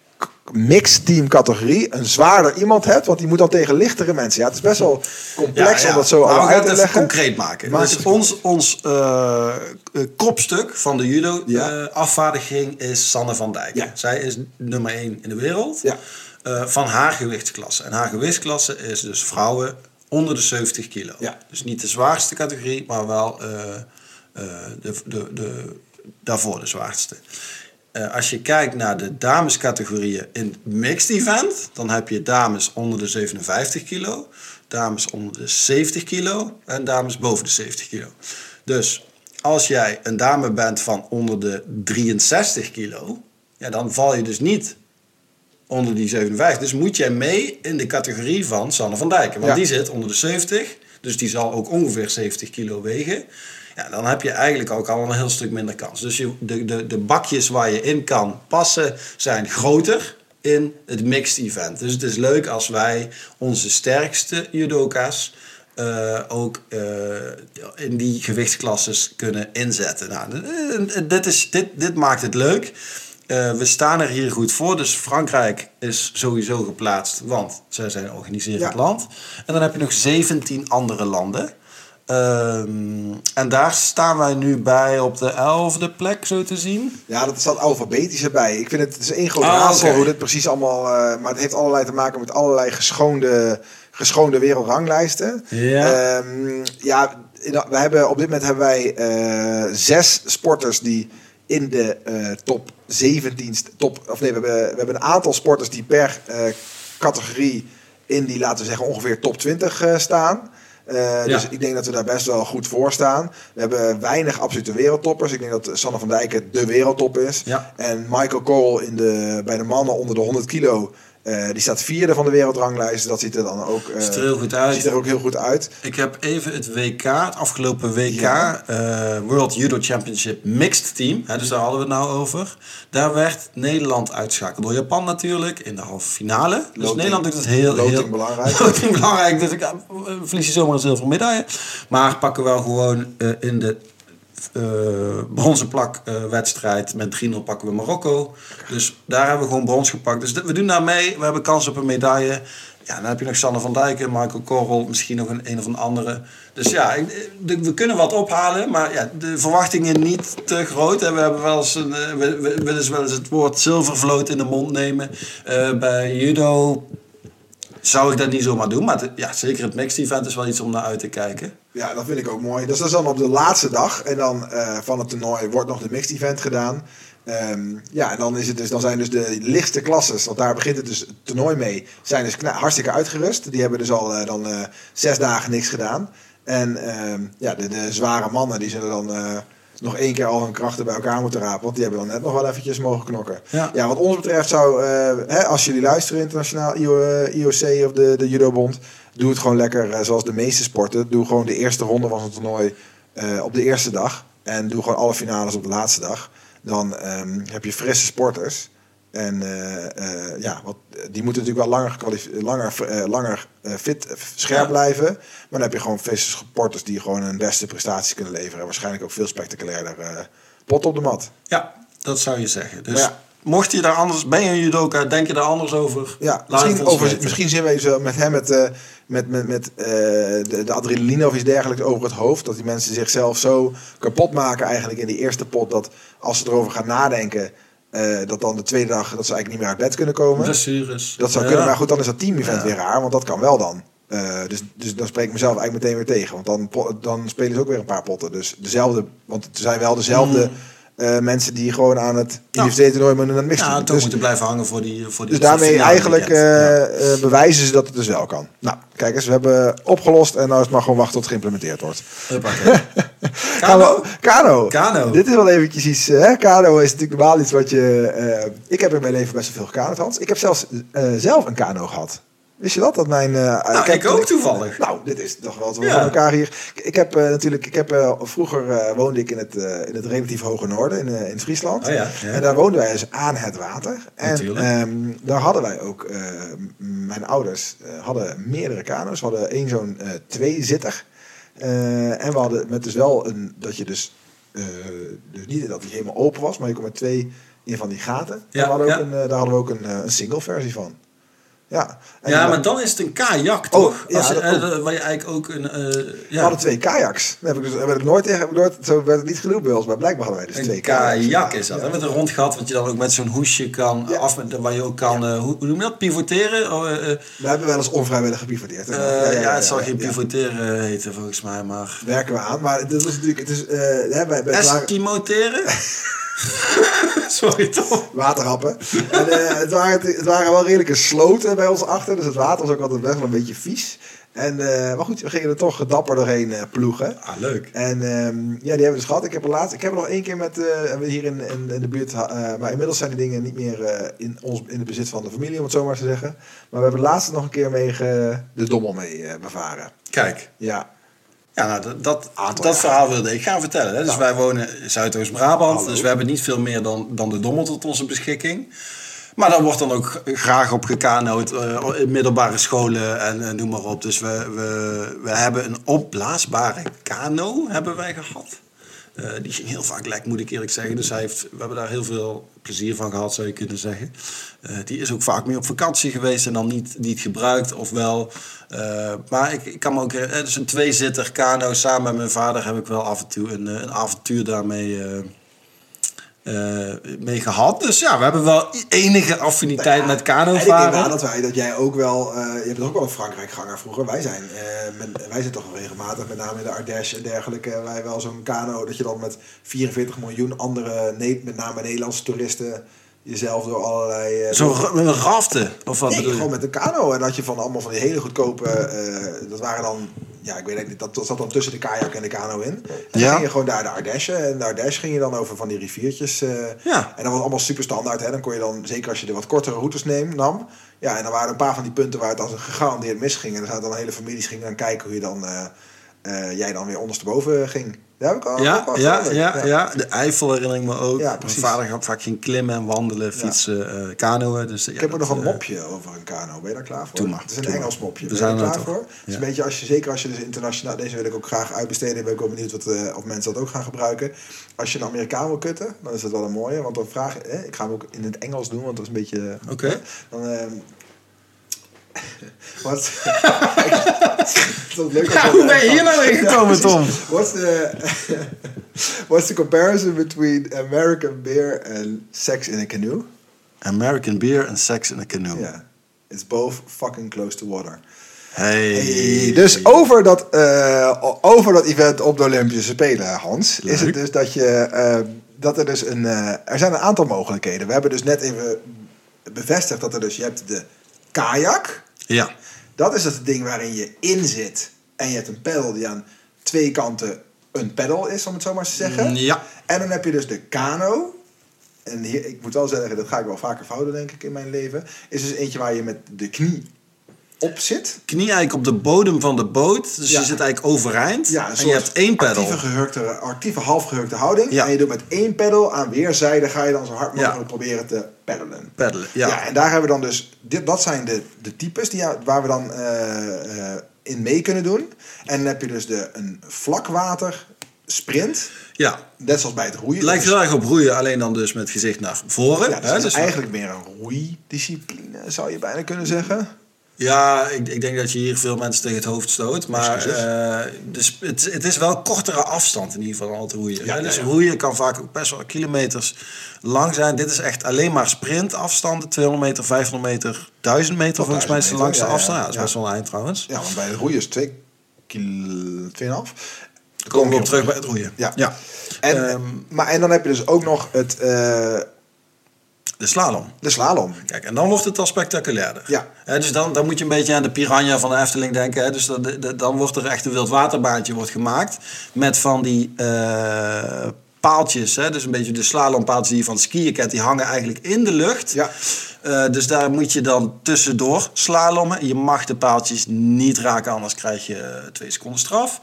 mixed team categorie een zwaarder iemand hebt, want die moet dan tegen lichtere mensen. Ja, het is best wel complex ja, ja. om dat zo allemaal uit te leggen. Concreet maken. Maak dus ons, ons uh, kopstuk van de judo ja. uh, afvaardiging is Sanne van Dijk. Ja. Zij is nummer één in de wereld ja. uh, van haar gewichtsklasse. En haar gewichtsklasse is dus vrouwen onder de zeventig kilo. Ja. Dus niet de zwaarste categorie, maar wel uh, uh, de, de, de, daarvoor de zwaarste. Uh, als je kijkt naar de damescategorieën in het mixed event, dan heb je dames onder de zevenenvijftig kilo, dames onder de zeventig kilo en dames boven de zeventig kilo. Dus als jij een dame bent van onder de drieënzestig kilo, ja, dan val je dus niet onder die zevenenvijftig. Dus moet jij mee in de categorie van Sanne van Dijken. Want ja. die zit onder de zeventig, dus die zal ook ongeveer zeventig kilo wegen. Ja, dan heb je eigenlijk ook al een heel stuk minder kans. Dus je, de, de, de bakjes waar je in kan passen zijn groter in het mixed event. Dus het is leuk als wij onze sterkste judoka's uh, ook uh, in die gewichtsklasses kunnen inzetten. Nou, dit, is, dit, dit maakt het leuk. Uh, we staan er hier goed voor. Dus Frankrijk is sowieso geplaatst, want zij zijn een organiserend ja. land. En dan heb je nog zeventien andere landen. Um, en daar staan wij nu bij op de elfde plek, zo te zien. Ja, dat staat alfabetisch erbij. Ik vind het, het is één groot raadsel oh, okay. hoe dit precies allemaal... Uh, maar het heeft allerlei te maken met allerlei geschoonde, geschoonde wereldranglijsten. Ja. Um, ja, we hebben, op dit moment hebben wij uh, zes sporters die in de uh, top zeventien... Top, of nee, we hebben, we hebben een aantal sporters die per uh, categorie in die, laten we zeggen, ongeveer top twintig uh, staan. Uh, ja. Dus ik denk dat we daar best wel goed voor staan. We hebben weinig absolute wereldtoppers. Ik denk dat Sanne van Dijken de wereldtop is. Ja. En Michael Correll in de, bij de mannen onder de honderd kilo... Uh, die staat vierde van de wereldranglijst. Dat ziet er dan ook, uh, ziet er heel goed uit. Ziet er ook heel goed uit. Ik heb even het W K, het afgelopen W K, ja. uh, World Judo Championship Mixed Team. Hè, dus daar hadden we het nou over. Daar werd Nederland uitschakeld door Japan natuurlijk in de halve finale. Dus Loting. Nederland doet het heel, Loting heel belangrijk. Loting belangrijk. Dus ik uh, verlies je zomaar een zilveren medaille. Maar pakken wel gewoon uh, in de Uh, bronzen plak uh, wedstrijd met drie nul pakken we Marokko. Dus daar hebben we gewoon brons gepakt. Dus we doen daar mee. We hebben kans op een medaille. Ja, dan heb je nog Sanne van Dijken, Michael Correll, misschien nog een, een of een andere. Dus ja, de, we kunnen wat ophalen, maar ja, de verwachtingen niet te groot. En we hebben wel eens, een, we, we willen eens wel eens het woord zilvervloot in de mond nemen. Uh, bij judo zou ik dat niet zomaar doen, maar het, ja, zeker het mixed event is wel iets om naar uit te kijken. Ja, dat vind ik ook mooi. Dus dat is dan op de laatste dag. En dan uh, van het toernooi wordt nog de mixed event gedaan. Um, ja, en dan, is het dus, dan zijn dus de lichtste klasses, want daar begint het dus het toernooi mee, zijn dus kna- hartstikke uitgerust. Die hebben dus al uh, dan uh, zes dagen niks gedaan. En um, ja, de, de zware mannen die zullen dan uh, nog één keer al hun krachten bij elkaar moeten rapen, want die hebben dan net nog wel eventjes mogen knokken. Ja, ja wat ons betreft zou, uh, hè, als jullie luisteren internationaal, I O C of de, de Judobond, doe het gewoon lekker uh, zoals de meeste sporten. Doe gewoon de eerste ronde van het toernooi uh, op de eerste dag. En doe gewoon alle finales op de laatste dag. Dan um, heb je frisse sporters. En uh, uh, ja, wat, die moeten natuurlijk wel langer, kwalif- langer, uh, langer uh, fit, uh, scherp ja. blijven. Maar dan heb je gewoon frisse sporters die gewoon hun beste prestaties kunnen leveren. En waarschijnlijk ook veel spectaculairder uh, pot op de mat. Ja, dat zou je zeggen. Dus ja. Mocht je daar anders, ben je een judoka, denk je daar anders over? Ja, misschien, over, misschien zien we even met hem met, uh, met, met, met uh, de, de adrenaline of iets dergelijks over het hoofd. Dat die mensen zichzelf zo kapot maken eigenlijk in die eerste pot. Dat als ze erover gaan nadenken, uh, dat dan de tweede dag dat ze eigenlijk niet meer uit bed kunnen komen. Blessures. Dat zou ja. kunnen, maar goed, dan is dat team-event ja. weer raar. Want dat kan wel dan. Uh, dus, dus dan spreek ik mezelf eigenlijk meteen weer tegen. Want dan, dan spelen ze ook weer een paar potten. Dus dezelfde, want het zijn wel dezelfde... Mm. Uh, mensen die gewoon aan het individuele toernooi moeten aan het mixen. Ja, toch dus, moeten blijven hangen voor die voor die. Dus daarmee eigenlijk uh, ja. uh, bewijzen ze dat het dus wel kan. Nou, kijk eens, we hebben opgelost en nou is het maar gewoon wachten tot het geïmplementeerd wordt. Kano? Kano. Kano. Dit is wel eventjes iets. Hè? Kano is natuurlijk normaal iets wat je. Uh, ik heb in mijn leven best wel veel gekano'd, Hans. Ik heb zelfs uh, zelf een kano gehad. Wist je dat? Dat mijn, uh, nou, ik, heb, ik ook toevallig. Nou, dit is toch wel wat we ja. van elkaar hier. Ik heb uh, natuurlijk, ik heb uh, vroeger uh, woonde ik in het, uh, in het relatief hoge noorden, in, uh, in Friesland. Oh ja, ja. En daar woonden wij dus aan het water. En um, daar hadden wij ook, uh, mijn ouders uh, hadden meerdere kano's. We hadden één zo'n uh, tweezitter. Uh, en we hadden met dus wel een, dat je dus, uh, dus niet dat die helemaal open was, maar je kon met twee in van die gaten. Ja, en we hadden ook ja. een, uh, daar hadden we ook een, uh, een single versie van. Ja, ja maar dan is het een kajak, toch? Oh, ja, Als je, uh, waar je eigenlijk ook een... Uh, ja. We hadden twee kajaks. Daar heb ik, dus, heb ik nooit tegen, heb ik nooit, zo werd het niet genoemd bij ons, maar blijkbaar hadden wij dus een twee kajaks. Een kajak is dat, ja. Met een rond gat, wat je dan ook met zo'n hoesje kan ja. af, waar je ook kan, ja. uh, hoe, hoe noem je dat, pivoteren? Oh, uh, we hebben wel eens onvrijwillig gepivoteerd. Uh, ja, ja, ja, ja, het zal ja, geen ja. pivoteren heten volgens mij, maar... Werken we aan, maar het is natuurlijk... Het is, uh, hè, bij, bij Eskimoteren? Sorry toch? Waterhappen. En, uh, het, waren, het waren wel redelijke sloten bij ons achter. Dus het water was ook altijd best wel een beetje vies. En, uh, maar goed, we gingen er toch dapper doorheen uh, ploegen. Ah, leuk. En um, ja, die hebben we dus gehad. Ik heb er laatst, ik heb er nog één keer met uh, hier in, in, in de buurt. Uh, maar inmiddels zijn die dingen niet meer uh, in, ons, in het bezit van de familie, om het zo maar te zeggen. Maar we hebben laatst nog een keer mee ge, de dommel mee uh, bevaren. Kijk. Ja. Ja, nou, dat, dat, dat verhaal wilde ik gaan vertellen. Hè. Dus nou. wij wonen in Zuidoost-Brabant. Hallo. Dus we hebben niet veel meer dan, dan de dommel tot onze beschikking. Maar daar wordt dan ook graag op gekano'd uh, in middelbare scholen en uh, noem maar op. Dus we, we, we hebben een opblaasbare kano hebben wij gehad. Uh, die ging heel vaak lek, moet ik eerlijk zeggen. Dus hij heeft, we hebben daar heel veel plezier van gehad, zou je kunnen zeggen. Uh, die is ook vaak mee op vakantie geweest en dan niet, niet gebruikt, of wel. Uh, maar ik, ik kan me ook... Uh, dus een tweezitter kano, samen met mijn vader heb ik wel af en toe een, een avontuur daarmee uh, uh, mee gehad. Dus ja, we hebben wel enige affiniteit ja, met kano varen. Ik denk dat, wij, dat jij ook wel... Uh, je bent ook wel een Frankrijk-ganger vroeger. Wij zijn, uh, met, wij zijn toch wel regelmatig, met name in de Ardèche en dergelijke... wij wel zo'n kano dat je dan met vierenveertig miljoen andere, met name Nederlandse toeristen... jezelf door allerlei... Uh, Zo door... met een raften? Of wat nee, bedoel je? gewoon met een kano. En dat je van allemaal van die hele goedkope... Uh, dat waren dan... Ja, ik weet niet. Dat, dat zat dan tussen de kajak en de kano in. En dan ja. ging je gewoon daar de Ardèche. En de Ardèche ging je dan over van die riviertjes. Uh, ja. En dat was allemaal super standaard. Hè. Dan kon je dan, zeker als je de wat kortere routes neem, nam... Ja, en dan waren er een paar van die punten waar het als een gegarandeerd misging. En dan zaten dan hele families gingen dan kijken hoe je dan... Uh, uh, jij dan weer ondersteboven ging. Daar heb ik al, ja, ook al ja, ja, ja, ja, de Eifel herinner ik me ook. Ja, mijn vader had vaak ging klimmen en wandelen, fietsen, ja. uh, kanoën. Dus, ik ja, heb er nog een uh, mopje over een kano. Ben je daar klaar voor? Doe maar. Het is een Engels mopje. We ben je daar klaar toch. voor? Het Ja. is een beetje als je, zeker als je dus internationaal... Deze wil ik ook graag uitbesteden. Ben ik ook benieuwd wat, uh, of mensen dat ook gaan gebruiken. Als je een Amerikaan wil kutten, dan is dat wel een mooie. Want dan vraag je... Eh, ik ga hem ook in het Engels doen, want dat is een beetje... Oké. Okay. Dan... Uh, Wat? Leuk ja, hoe ben je hier nou in gekomen, Tom? What's the, what's the comparison between American beer and sex in a canoe? American beer and sex in a canoe. Yeah. It's both fucking close to water. Hey. hey. Dus over dat, uh, over dat event op de Olympische Spelen, Hans, Leuk. Is het dus dat je... Uh, dat er dus een... Uh, er zijn een aantal mogelijkheden. We hebben dus net even bevestigd dat er dus... Je hebt de kajak. Ja. Dat is het ding waarin je in zit. En je hebt een peddel die aan twee kanten een peddel is, om het zo maar te zeggen. Ja. En dan heb je dus de kano. En hier, ik moet wel zeggen, dat ga ik wel vaker fouten, denk ik, in mijn leven. Is dus eentje waar je met de knie op zit. Knie eigenlijk op de bodem van de boot. Dus ja. je zit eigenlijk overeind. Ja, en je hebt één peddel. Actieve, gehurkte, actieve halfgehurkte houding. Ja. En je doet met één peddel aan weerszijden ga je dan zo hard mogelijk ja. proberen te peddelen. Peddelen, ja. ja. En daar hebben we dan dus... Dit, dat zijn de, de types die, waar we dan uh, uh, in mee kunnen doen. En dan heb je dus de, een vlakwater sprint. Ja. Net zoals bij het roeien. Lijkt heel erg op roeien, alleen dan dus met gezicht naar voren. Ja, dus hè? het is dus eigenlijk meer een roeidiscipline, zou je bijna kunnen zeggen. Ja, ik, ik denk dat je hier veel mensen tegen het hoofd stoot. Maar uh, dus het, het is wel kortere afstand in ieder geval dan het roeien. Ja, dus ja, ja. roeien kan vaak ook best wel kilometers lang zijn. Dit is echt alleen maar sprintafstanden. tweehonderd meter, vijfhonderd meter, duizend meter volgens mij is de langste ja, ja, afstand. Ja, dat is ja. best wel een eind trouwens. Ja, want bij het roeien is twee kilo, tweeënhalf. Dan komen we op terug bij het roeien. Ja. ja. En, um, maar, en dan heb je dus ook nog het... Uh, De slalom. De slalom. Kijk, en dan wordt het al spectaculairder. Ja. He, dus dan, dan moet je een beetje aan de piranha van de Efteling denken. He. Dus dan, de, dan wordt er echt een wildwaterbaantje wordt gemaakt. Met van die uh, paaltjes. He. Dus een beetje de slalompaaltjes die je van het skiën kent. Die hangen eigenlijk in de lucht. Ja. Uh, dus daar moet je dan tussendoor slalommen. Je mag de paaltjes niet raken, anders krijg je twee seconden straf.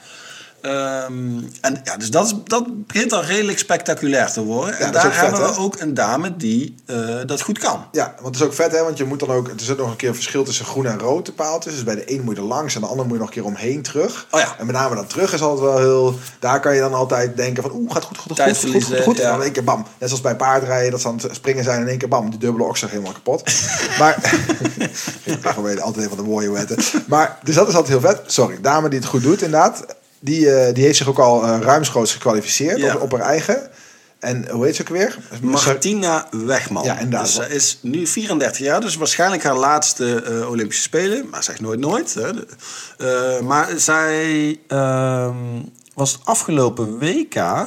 Um, en ja, dus dat, is, dat begint al redelijk spectaculair te worden. Ja, en daar vet, hebben we hè? ook een dame die uh, dat goed kan. Ja, want het is ook vet, hè? Want je moet dan ook... Er zit nog een keer een verschil tussen groen en rood de paaltjes. Dus bij de ene moet je er langs en de andere moet je nog een keer omheen terug. Oh ja. En met name dan terug is altijd wel heel... Daar kan je dan altijd denken van... Oeh, gaat goed, goed, goed, goed, goed, goed, goed. Ja. En dan in één keer bam. Net zoals bij paardrijden, dat ze aan het springen zijn in één keer bam. Die dubbele oksig helemaal kapot. Maar... ik ben gewoon altijd een van de mooie wetten. Maar, dus dat is altijd heel vet. Sorry, dame die het goed doet inderdaad... Die, uh, die heeft zich ook al uh, ruimschoots gekwalificeerd ja. op, op haar eigen. En hoe heet ze ook weer? Martina Wegman. Ja, inderdaad. Dus zij is nu vierendertig jaar, dus waarschijnlijk haar laatste uh, Olympische Spelen. Maar zeg nooit nooit. Hè. Uh, maar zij uh, was het afgelopen W K... Uh,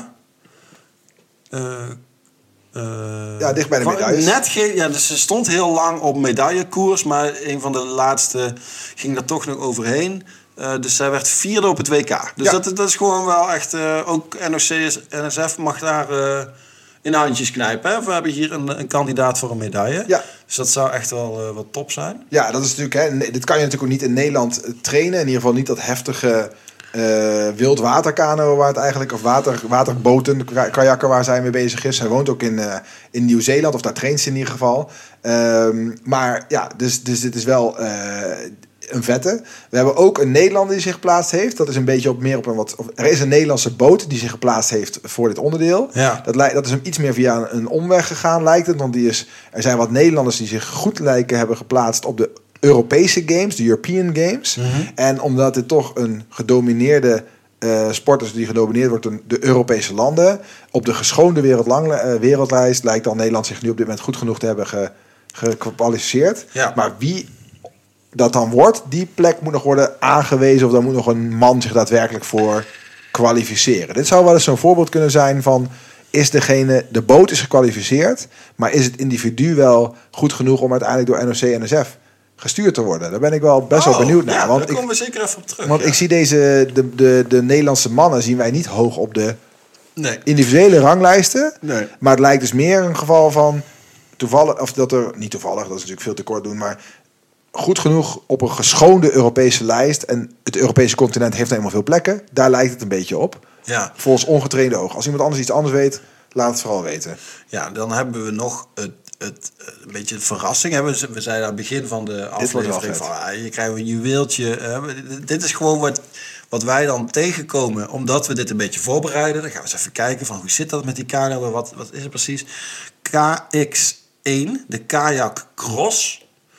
uh, ja, dicht bij de medailles. Net geen, ja, dus ze stond heel lang op medaillekoers, maar een van de laatste ging er toch nog overheen. Uh, dus zij werd vierde op het W K. Dus ja. dat, dat is gewoon wel echt... Uh, ook N O C, N S F mag daar uh, in handjes knijpen. Hè? We hebben hier een, een kandidaat voor een medaille. Ja. Dus dat zou echt wel uh, wat top zijn. Ja, dat is natuurlijk... Hè, dit kan je natuurlijk ook niet in Nederland trainen. In ieder geval niet dat heftige uh, wildwaterkano waar het eigenlijk... Of water, waterboten, kajakken waar zij mee bezig is. Hij woont ook in, uh, in Nieuw-Zeeland. Of daar traint ze in ieder geval. Um, maar ja, dus, dus dit is wel... Uh, een vette. We hebben ook een Nederlander die zich geplaatst heeft. Dat is een beetje op meer op een wat... Of, er is een Nederlandse boot die zich geplaatst heeft voor dit onderdeel. Ja. Dat, dat is hem iets meer via een, een omweg gegaan, lijkt het. Want die is, er zijn wat Nederlanders die zich goed lijken hebben geplaatst op de Europese Games, de European Games. Mm-hmm. En omdat het toch een gedomineerde uh, sporters die gedomineerd wordt door de Europese landen. Op de geschoonde wereldlang, uh, wereldlijst lijkt dan Nederland zich nu op dit moment goed genoeg te hebben ge, gekwalificeerd. Ja. Maar wie dat dan wordt, die plek moet nog worden aangewezen, of dan moet nog een man zich daadwerkelijk voor kwalificeren. Dit zou wel eens zo'n voorbeeld kunnen zijn van, is degene, de boot is gekwalificeerd, maar is het individu wel goed genoeg om uiteindelijk door N O C N S F gestuurd te worden? Daar ben ik wel best oh, wel benieuwd naar. Ja, want daar ik, komen we zeker even op terug. Want ja. ik zie deze, de, de, de Nederlandse mannen zien wij niet hoog op de nee. individuele ranglijsten. Nee. Maar het lijkt dus meer een geval van toevallig, of dat er, niet toevallig, dat is natuurlijk veel te kort doen, maar goed genoeg op een geschoonde Europese lijst. En het Europese continent heeft helemaal veel plekken. Daar lijkt het een beetje op. Ja. Volgens ongetrainde oog. Als iemand anders iets anders weet, laat het vooral weten. Ja, dan hebben we nog het, het, een beetje een verrassing. We zeiden aan het begin van de aflevering van, ah, je krijgt een juweeltje. Uh, dit is gewoon wat, wat wij dan tegenkomen, omdat we dit een beetje voorbereiden. Dan gaan we eens even kijken van hoe zit dat met die kano, wat, wat is het precies? K X één, de Kajak Cross.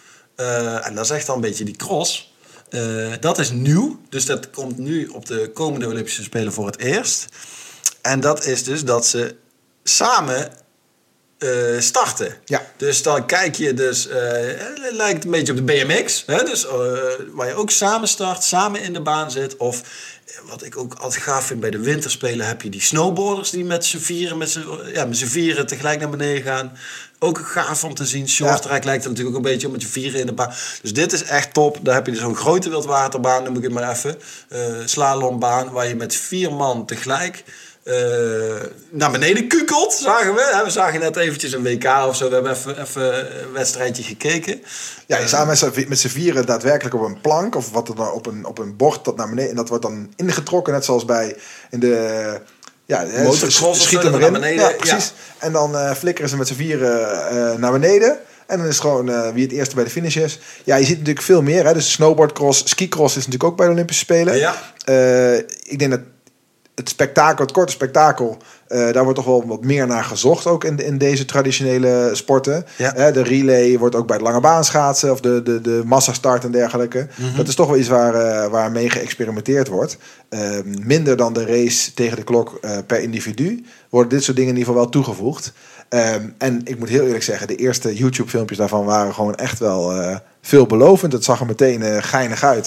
Uh, en dat is echt al een beetje die cross. Uh, dat is nieuw. Dus dat komt nu op de komende Olympische Spelen voor het eerst. En dat is dus dat ze samen uh, starten. Ja. Dus dan kijk je dus... Uh, het lijkt een beetje op de B M X. Hè? Dus, uh, waar je ook samen start, samen in de baan zit. Of wat ik ook altijd gaaf vind bij de winterspelen, heb je die snowboarders die met z'n vieren, met z'n, ja, met z'n vieren tegelijk naar beneden gaan. Ook gaaf om te zien. Shorttrack ja. lijkt er natuurlijk ook een beetje op met je vieren in de baan. Dus dit is echt top. Daar heb je dus zo'n grote wildwaterbaan, noem ik het maar even. Uh, slalombaan, waar je met vier man tegelijk uh, naar beneden kukelt, zagen we. We zagen net eventjes een W K of zo. We hebben even, even een wedstrijdje gekeken. Ja, je staat met, met z'n vieren daadwerkelijk op een plank of wat er dan op een, op een bord dat naar beneden. En dat wordt dan ingetrokken, net zoals bij in de... Ja, motocross schieten naar beneden. Ja, precies. Ja. En dan uh, flikkeren ze met z'n vieren uh, naar beneden. En dan is het gewoon uh, wie het eerste bij de finish is. Ja, je ziet natuurlijk veel meer. Hè? Dus snowboardcross, skicross is natuurlijk ook bij de Olympische Spelen. Ja. Uh, ik denk dat het spektakel, het korte spektakel, uh, daar wordt toch wel wat meer naar gezocht ook in, in deze traditionele sporten. Ja. Uh, de relay wordt ook bij het lange baan schaatsen of de, de, de massastart en dergelijke. Mm-hmm. Dat is toch wel iets waar, uh, waar mee geëxperimenteerd wordt. Uh, minder dan de race tegen de klok uh, per individu worden dit soort dingen in ieder geval wel toegevoegd. Um, en ik moet heel eerlijk zeggen, de eerste YouTube-filmpjes daarvan waren gewoon echt wel uh, veelbelovend. Het zag er meteen uh, geinig uit.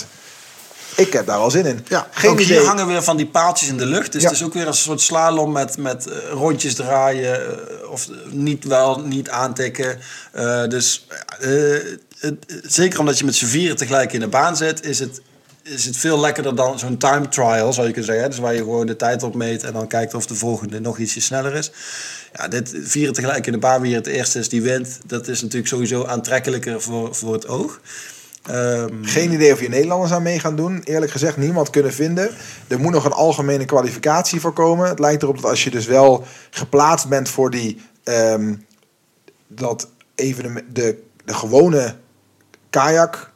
Ik heb daar wel zin in. Ja, geen ook idee. Hier hangen weer van die paaltjes in de lucht. Dus ja. Het is ook weer een soort slalom met, met uh, rondjes draaien. Uh, of niet wel, niet aantikken. Uh, dus uh, het, zeker omdat je met z'n vieren tegelijk in de baan zit, is het, is het veel lekkerder dan zo'n time trial, zou je kunnen zeggen. Dus waar je gewoon de tijd op meet en dan kijkt of de volgende nog ietsje sneller is. Ja, dit vieren tegelijk in de baan, wie het eerste is die wint. Dat is natuurlijk sowieso aantrekkelijker voor, voor het oog. Um, Geen idee of je Nederlanders aan mee gaan doen. Eerlijk gezegd, niemand kunnen vinden. Er moet nog een algemene kwalificatie voor komen. Het lijkt erop dat als je dus wel geplaatst bent voor die um, dat evenement, de, de gewone kajak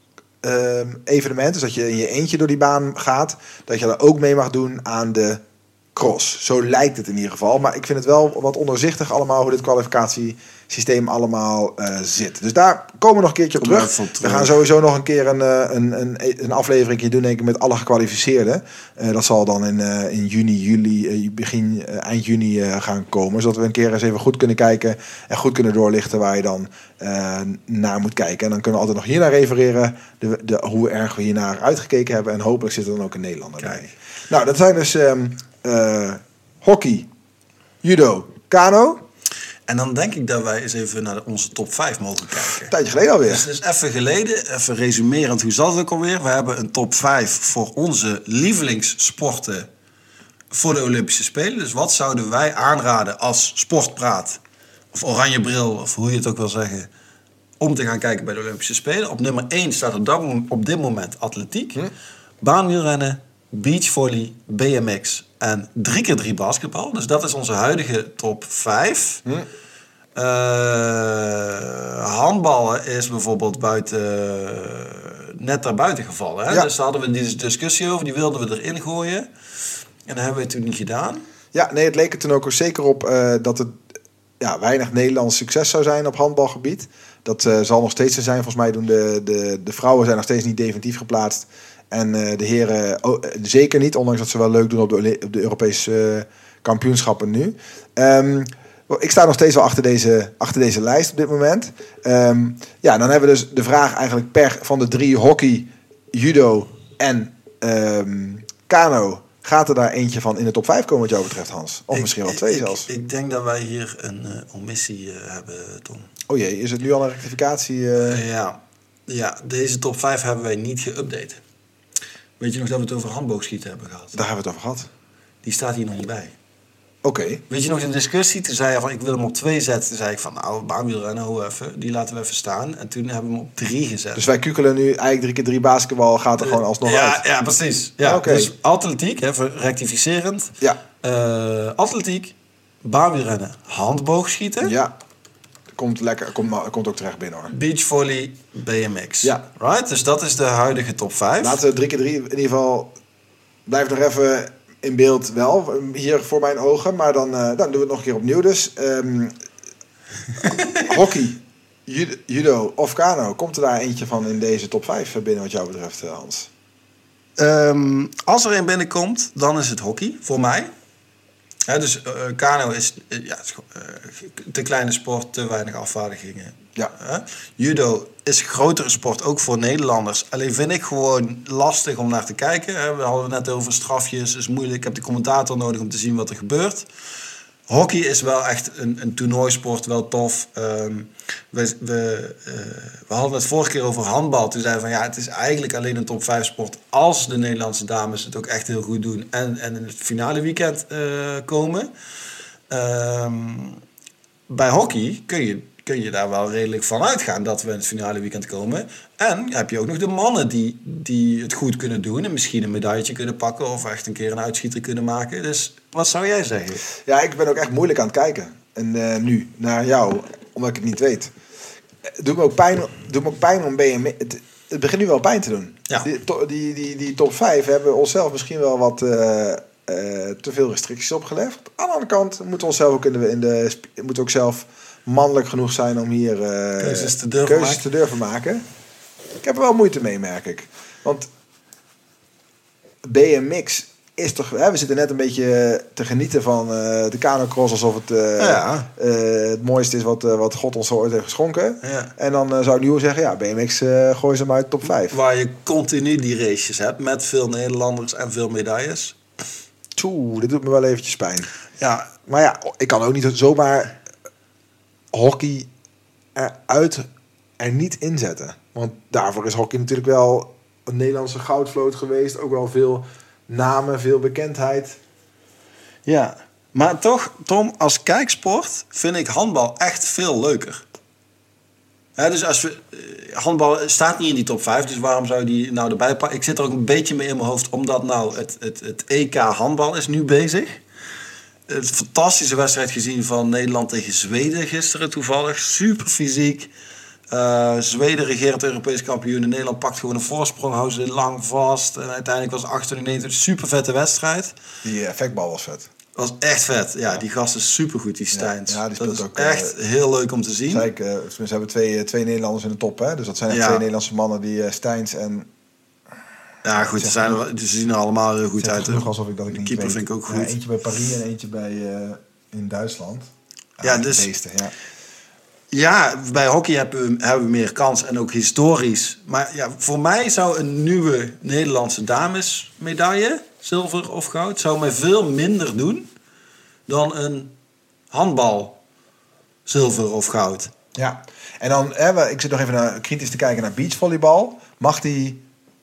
um, evenement, dus dat je in je eentje door die baan gaat, dat je dan ook mee mag doen aan de cross. Zo lijkt het in ieder geval. Maar ik vind het wel wat onderzichtig allemaal hoe dit kwalificatiesysteem allemaal uh, zit. Dus daar komen we nog een keertje op terug. terug. We gaan sowieso nog een keer een, een, een, een aflevering doen, denk ik, met alle gekwalificeerden. Uh, dat zal dan in, uh, in juni, juli, uh, begin, uh, eind juni uh, gaan komen. Zodat we een keer eens even goed kunnen kijken en goed kunnen doorlichten waar je dan uh, naar moet kijken. En dan kunnen we altijd nog hier naar refereren, de, de, hoe erg we hiernaar uitgekeken hebben. En hopelijk zit er dan ook een Nederlander Kijk. bij. Nou, dat zijn dus Um, Uh, hockey, judo, kano. En dan denk ik dat wij eens even naar onze top vijf mogen kijken. Een tijdje geleden alweer. Dus het is even geleden, even resumerend, hoe zat het ook alweer? We hebben een top vijf voor onze lievelingssporten voor de Olympische Spelen. Dus wat zouden wij aanraden als Sportpraat, of Oranje Bril, of hoe je het ook wil zeggen, om te gaan kijken bij de Olympische Spelen? Op nummer één staat er op dit moment atletiek, hm? baanwielrennen, beachvolley, B M X en drie keer drie basketbal. Dus dat is onze huidige top vijf. Hm. Uh, handballen is bijvoorbeeld buiten, uh, net daarbuiten gevallen. Hè? Ja. Dus daar hadden we die discussie over. Die wilden we erin gooien. En dat hebben we toen niet gedaan. Ja, nee, het leek er toen ook zeker op uh, dat het ja, weinig Nederlands succes zou zijn op handbalgebied. Dat uh, zal nog steeds zo zijn. Volgens mij doen de, de, de vrouwen zijn nog steeds niet definitief geplaatst En uh, de heren oh, zeker niet, ondanks dat ze wel leuk doen op de, op de Europese uh, kampioenschappen nu. Um, ik sta nog steeds wel achter deze, achter deze lijst op dit moment. Um, ja, dan hebben we dus de vraag eigenlijk per van de drie hockey, judo en um, kano. Gaat er daar eentje van in de top vijf komen wat jou betreft, Hans? Of ik, misschien wel twee ik, zelfs. Ik, ik denk dat wij hier een uh, omissie uh, hebben, Tom. Oh jee, is het nu al een rectificatie? Uh... Uh, ja. ja, deze top vijf hebben wij niet geüpdate. Weet je nog dat we het over handboogschieten hebben gehad? Daar hebben we het over gehad. Die staat hier nog niet bij. Oké. Okay. Weet je nog de discussie? Toen zei je van ik wil hem op twee zetten. Toen zei ik van nou, baanwielrennen, hou even. Die laten we even staan. En toen hebben we hem op drie gezet. Dus wij kukelen nu eigenlijk drie keer drie basketbal. Gaat er uh, gewoon alsnog ja, uit. Ja, precies. Ja, okay. Dus atletiek, hè, rectificerend. Ja. Uh, atletiek, baanwielrennen, handboogschieten. Ja. Komt lekker, komt, komt ook terecht binnen hoor. Beachvolley, B M X. Ja. Right? Dus dat is de huidige top vijf. Laten we drie keer drie in ieder geval. Blijf nog even in beeld wel, hier voor mijn ogen. Maar dan, uh, dan doen we het nog een keer opnieuw dus. Um, hockey, judo, judo of kano. Komt er daar eentje van in deze top vijf binnen wat jou betreft, Hans? Um, als er een binnenkomt, dan is het hockey, voor mij. Ja, dus uh, kano is uh, ja, uh, te kleine sport, te weinig afvaardigingen. Ja. Uh, judo is een grotere sport, ook voor Nederlanders. Alleen vind ik gewoon lastig om naar te kijken. Hè. We hadden het net over strafjes, is moeilijk. Ik heb de commentator nodig om te zien wat er gebeurt. Hockey is wel echt een, een toernooisport, wel tof. Um, we, we, uh, we hadden het vorige keer over handbal. Toen zeiden we van ja, het is eigenlijk alleen een top vijf sport als de Nederlandse dames het ook echt heel goed doen en, en in het finale weekend uh, komen. Um, bij hockey kun je, kun je daar wel redelijk van uitgaan dat we in het finale weekend komen. En heb je ook nog de mannen die, die het goed kunnen doen en misschien een medailletje kunnen pakken of echt een keer een uitschieter kunnen maken. Dus wat zou jij zeggen? Ja, ik ben ook echt moeilijk aan het kijken. En uh, nu, naar jou, omdat ik het niet weet. Het doet me ook pijn, doet me ook pijn om B M... Het, het begint nu wel pijn te doen. Ja. Die, to, die, die, die top vijf hebben onszelf misschien wel wat uh, uh, te veel restricties opgelegd. Aan de andere kant moeten we onszelf ook in de... In de moeten ook zelf mannelijk genoeg zijn om hier uh, keuzes, te durven, keuzes maken. te durven maken. Ik heb er wel moeite mee, merk ik. Want B M X is toch... Hè, we zitten net een beetje te genieten van uh, de kanocross alsof het uh, ja. uh, het mooiste is wat, uh, wat God ons ooit heeft geschonken. Ja. En dan uh, zou ik nu zeggen, ja, B M X uh, gooi ze maar uit de top vijf. Waar je continu die races hebt met veel Nederlanders en veel medailles. Oeh, dit doet me wel eventjes pijn. Ja. Maar ja, ik kan ook niet zomaar hockey eruit er niet inzetten. Want daarvoor is hockey natuurlijk wel een Nederlandse goudvloot geweest. Ook wel veel namen, veel bekendheid. Ja, maar toch, Tom, als kijksport vind ik handbal echt veel leuker. He, dus als we, handbal staat niet in die top vijf, dus waarom zou je die nou erbij pakken? Ik zit er ook een beetje mee in mijn hoofd, omdat nou het, het, het E K handbal is nu bezig. Een fantastische wedstrijd gezien van Nederland tegen Zweden gisteren toevallig. Super fysiek. Uh, Zweden regeert het Europees kampioen. En Nederland pakt gewoon een voorsprong, houdt ze lang vast. En uiteindelijk was het achttien negen. Super vette wedstrijd. Die uh, effectbal was vet. Was echt vet. Ja, ja. Die gast is supergoed, die Steins. Ja, ja, die dat is ook, echt uh, heel leuk om te zien. Ik, uh, ze hebben twee, twee Nederlanders in de top, hè? Dus dat zijn echt ja. twee Nederlandse mannen, die uh, Steins en... Ja, goed, ze, zijn er, ze zien er allemaal heel goed uit. Genoeg alsof ik dat ik de niet keeper weet. vind ik ook goed. Ja, eentje bij Paris en eentje bij uh, in Duitsland. Ja, ah, dus... Beesten, ja. Ja, bij hockey hebben we, hebben we meer kans en ook historisch. Maar ja, voor mij zou een nieuwe Nederlandse damesmedaille, zilver of goud, zou mij veel minder doen dan een handbal, zilver of goud. Ja, en dan, hè, ik zit nog even naar, kritisch te kijken naar beachvolleybal. Mag die...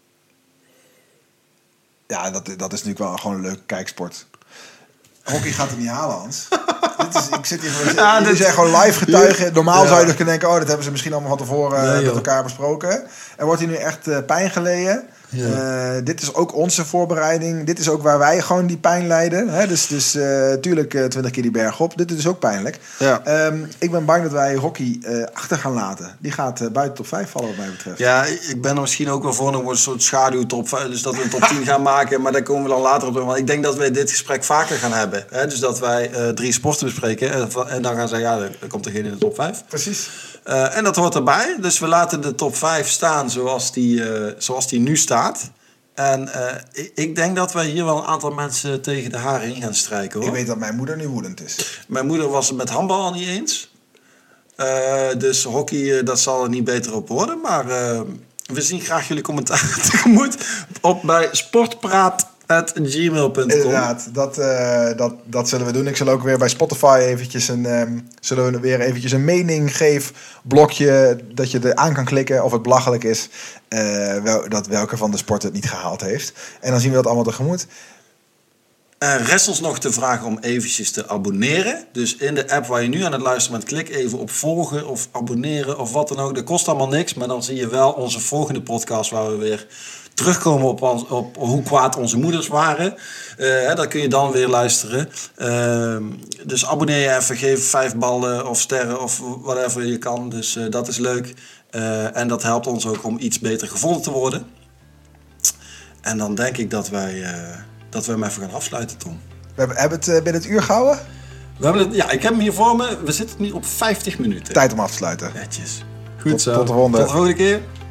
Ja, dat, dat is natuurlijk wel gewoon een leuke kijksport. Hockey gaat het niet halen, Hans. dit is, ik zit hier ja, dit zijn gewoon live getuigen. Normaal ja. zou je dus kunnen denken, oh, dat hebben ze misschien allemaal van tevoren nee, met elkaar besproken. Er wordt hier nu echt uh, pijn geleden. Ja. Uh, dit is ook onze voorbereiding. Dit is ook waar wij gewoon die pijn lijden. Hè? Dus, dus uh, tuurlijk uh, twintig keer die berg op. Dit is dus ook pijnlijk. Ja. Um, ik ben bang dat wij hockey uh, achter gaan laten. Die gaat uh, buiten top vijf vallen wat mij betreft. Ja, ik ben er misschien ook wel voor een soort schaduw top vijf. Dus dat we een top tien gaan maken. Maar daar komen we dan later op. Want ik denk dat we dit gesprek vaker gaan hebben. Hè? Dus dat wij uh, drie sporten bespreken. En, en dan gaan zeggen, ja, er komt er geen in de top vijf. Precies. Uh, en dat hoort erbij. Dus we laten de top vijf staan zoals die, uh, zoals die nu staat. En uh, ik, ik denk dat wij hier wel een aantal mensen tegen de haren in gaan strijken, hoor. Ik weet dat mijn moeder nu woedend is. Mijn moeder was het met handbal al niet eens. Uh, dus hockey, uh, dat zal er niet beter op worden. Maar uh, we zien graag jullie commentaar tegemoet op bij sportpraat at gmail punt com. Inderdaad, dat, uh, dat, dat zullen we doen. Ik zal ook weer bij Spotify eventjes een, um, zullen we weer eventjes een mening geven. Blokje dat je er aan kan klikken of het belachelijk is. Uh, wel, dat welke van de sporten het niet gehaald heeft. En dan zien we dat allemaal tegemoet. Uh, rest ons nog te vragen om eventjes te abonneren. Dus in de app waar je nu aan het luisteren bent, klik even op volgen of abonneren of wat dan ook. Dat kost allemaal niks, maar dan zie je wel onze volgende podcast waar we weer terugkomen op, ons, op hoe kwaad onze moeders waren. Uh, dat kun je dan weer luisteren. Uh, dus abonneer je even, geef vijf ballen of sterren of whatever je kan. Dus uh, dat is leuk. Uh, en dat helpt ons ook om iets beter gevonden te worden. En dan denk ik dat wij... Uh, Dat we hem even gaan afsluiten, Tom. We hebben, hebben het uh, binnen het uur gehouden? We hebben het, ja, ik heb hem hier voor me. We zitten nu op vijftig minuten. Tijd om af te sluiten. Netjes. Goed tot, zo. Tot de volgende. Tot de volgende keer.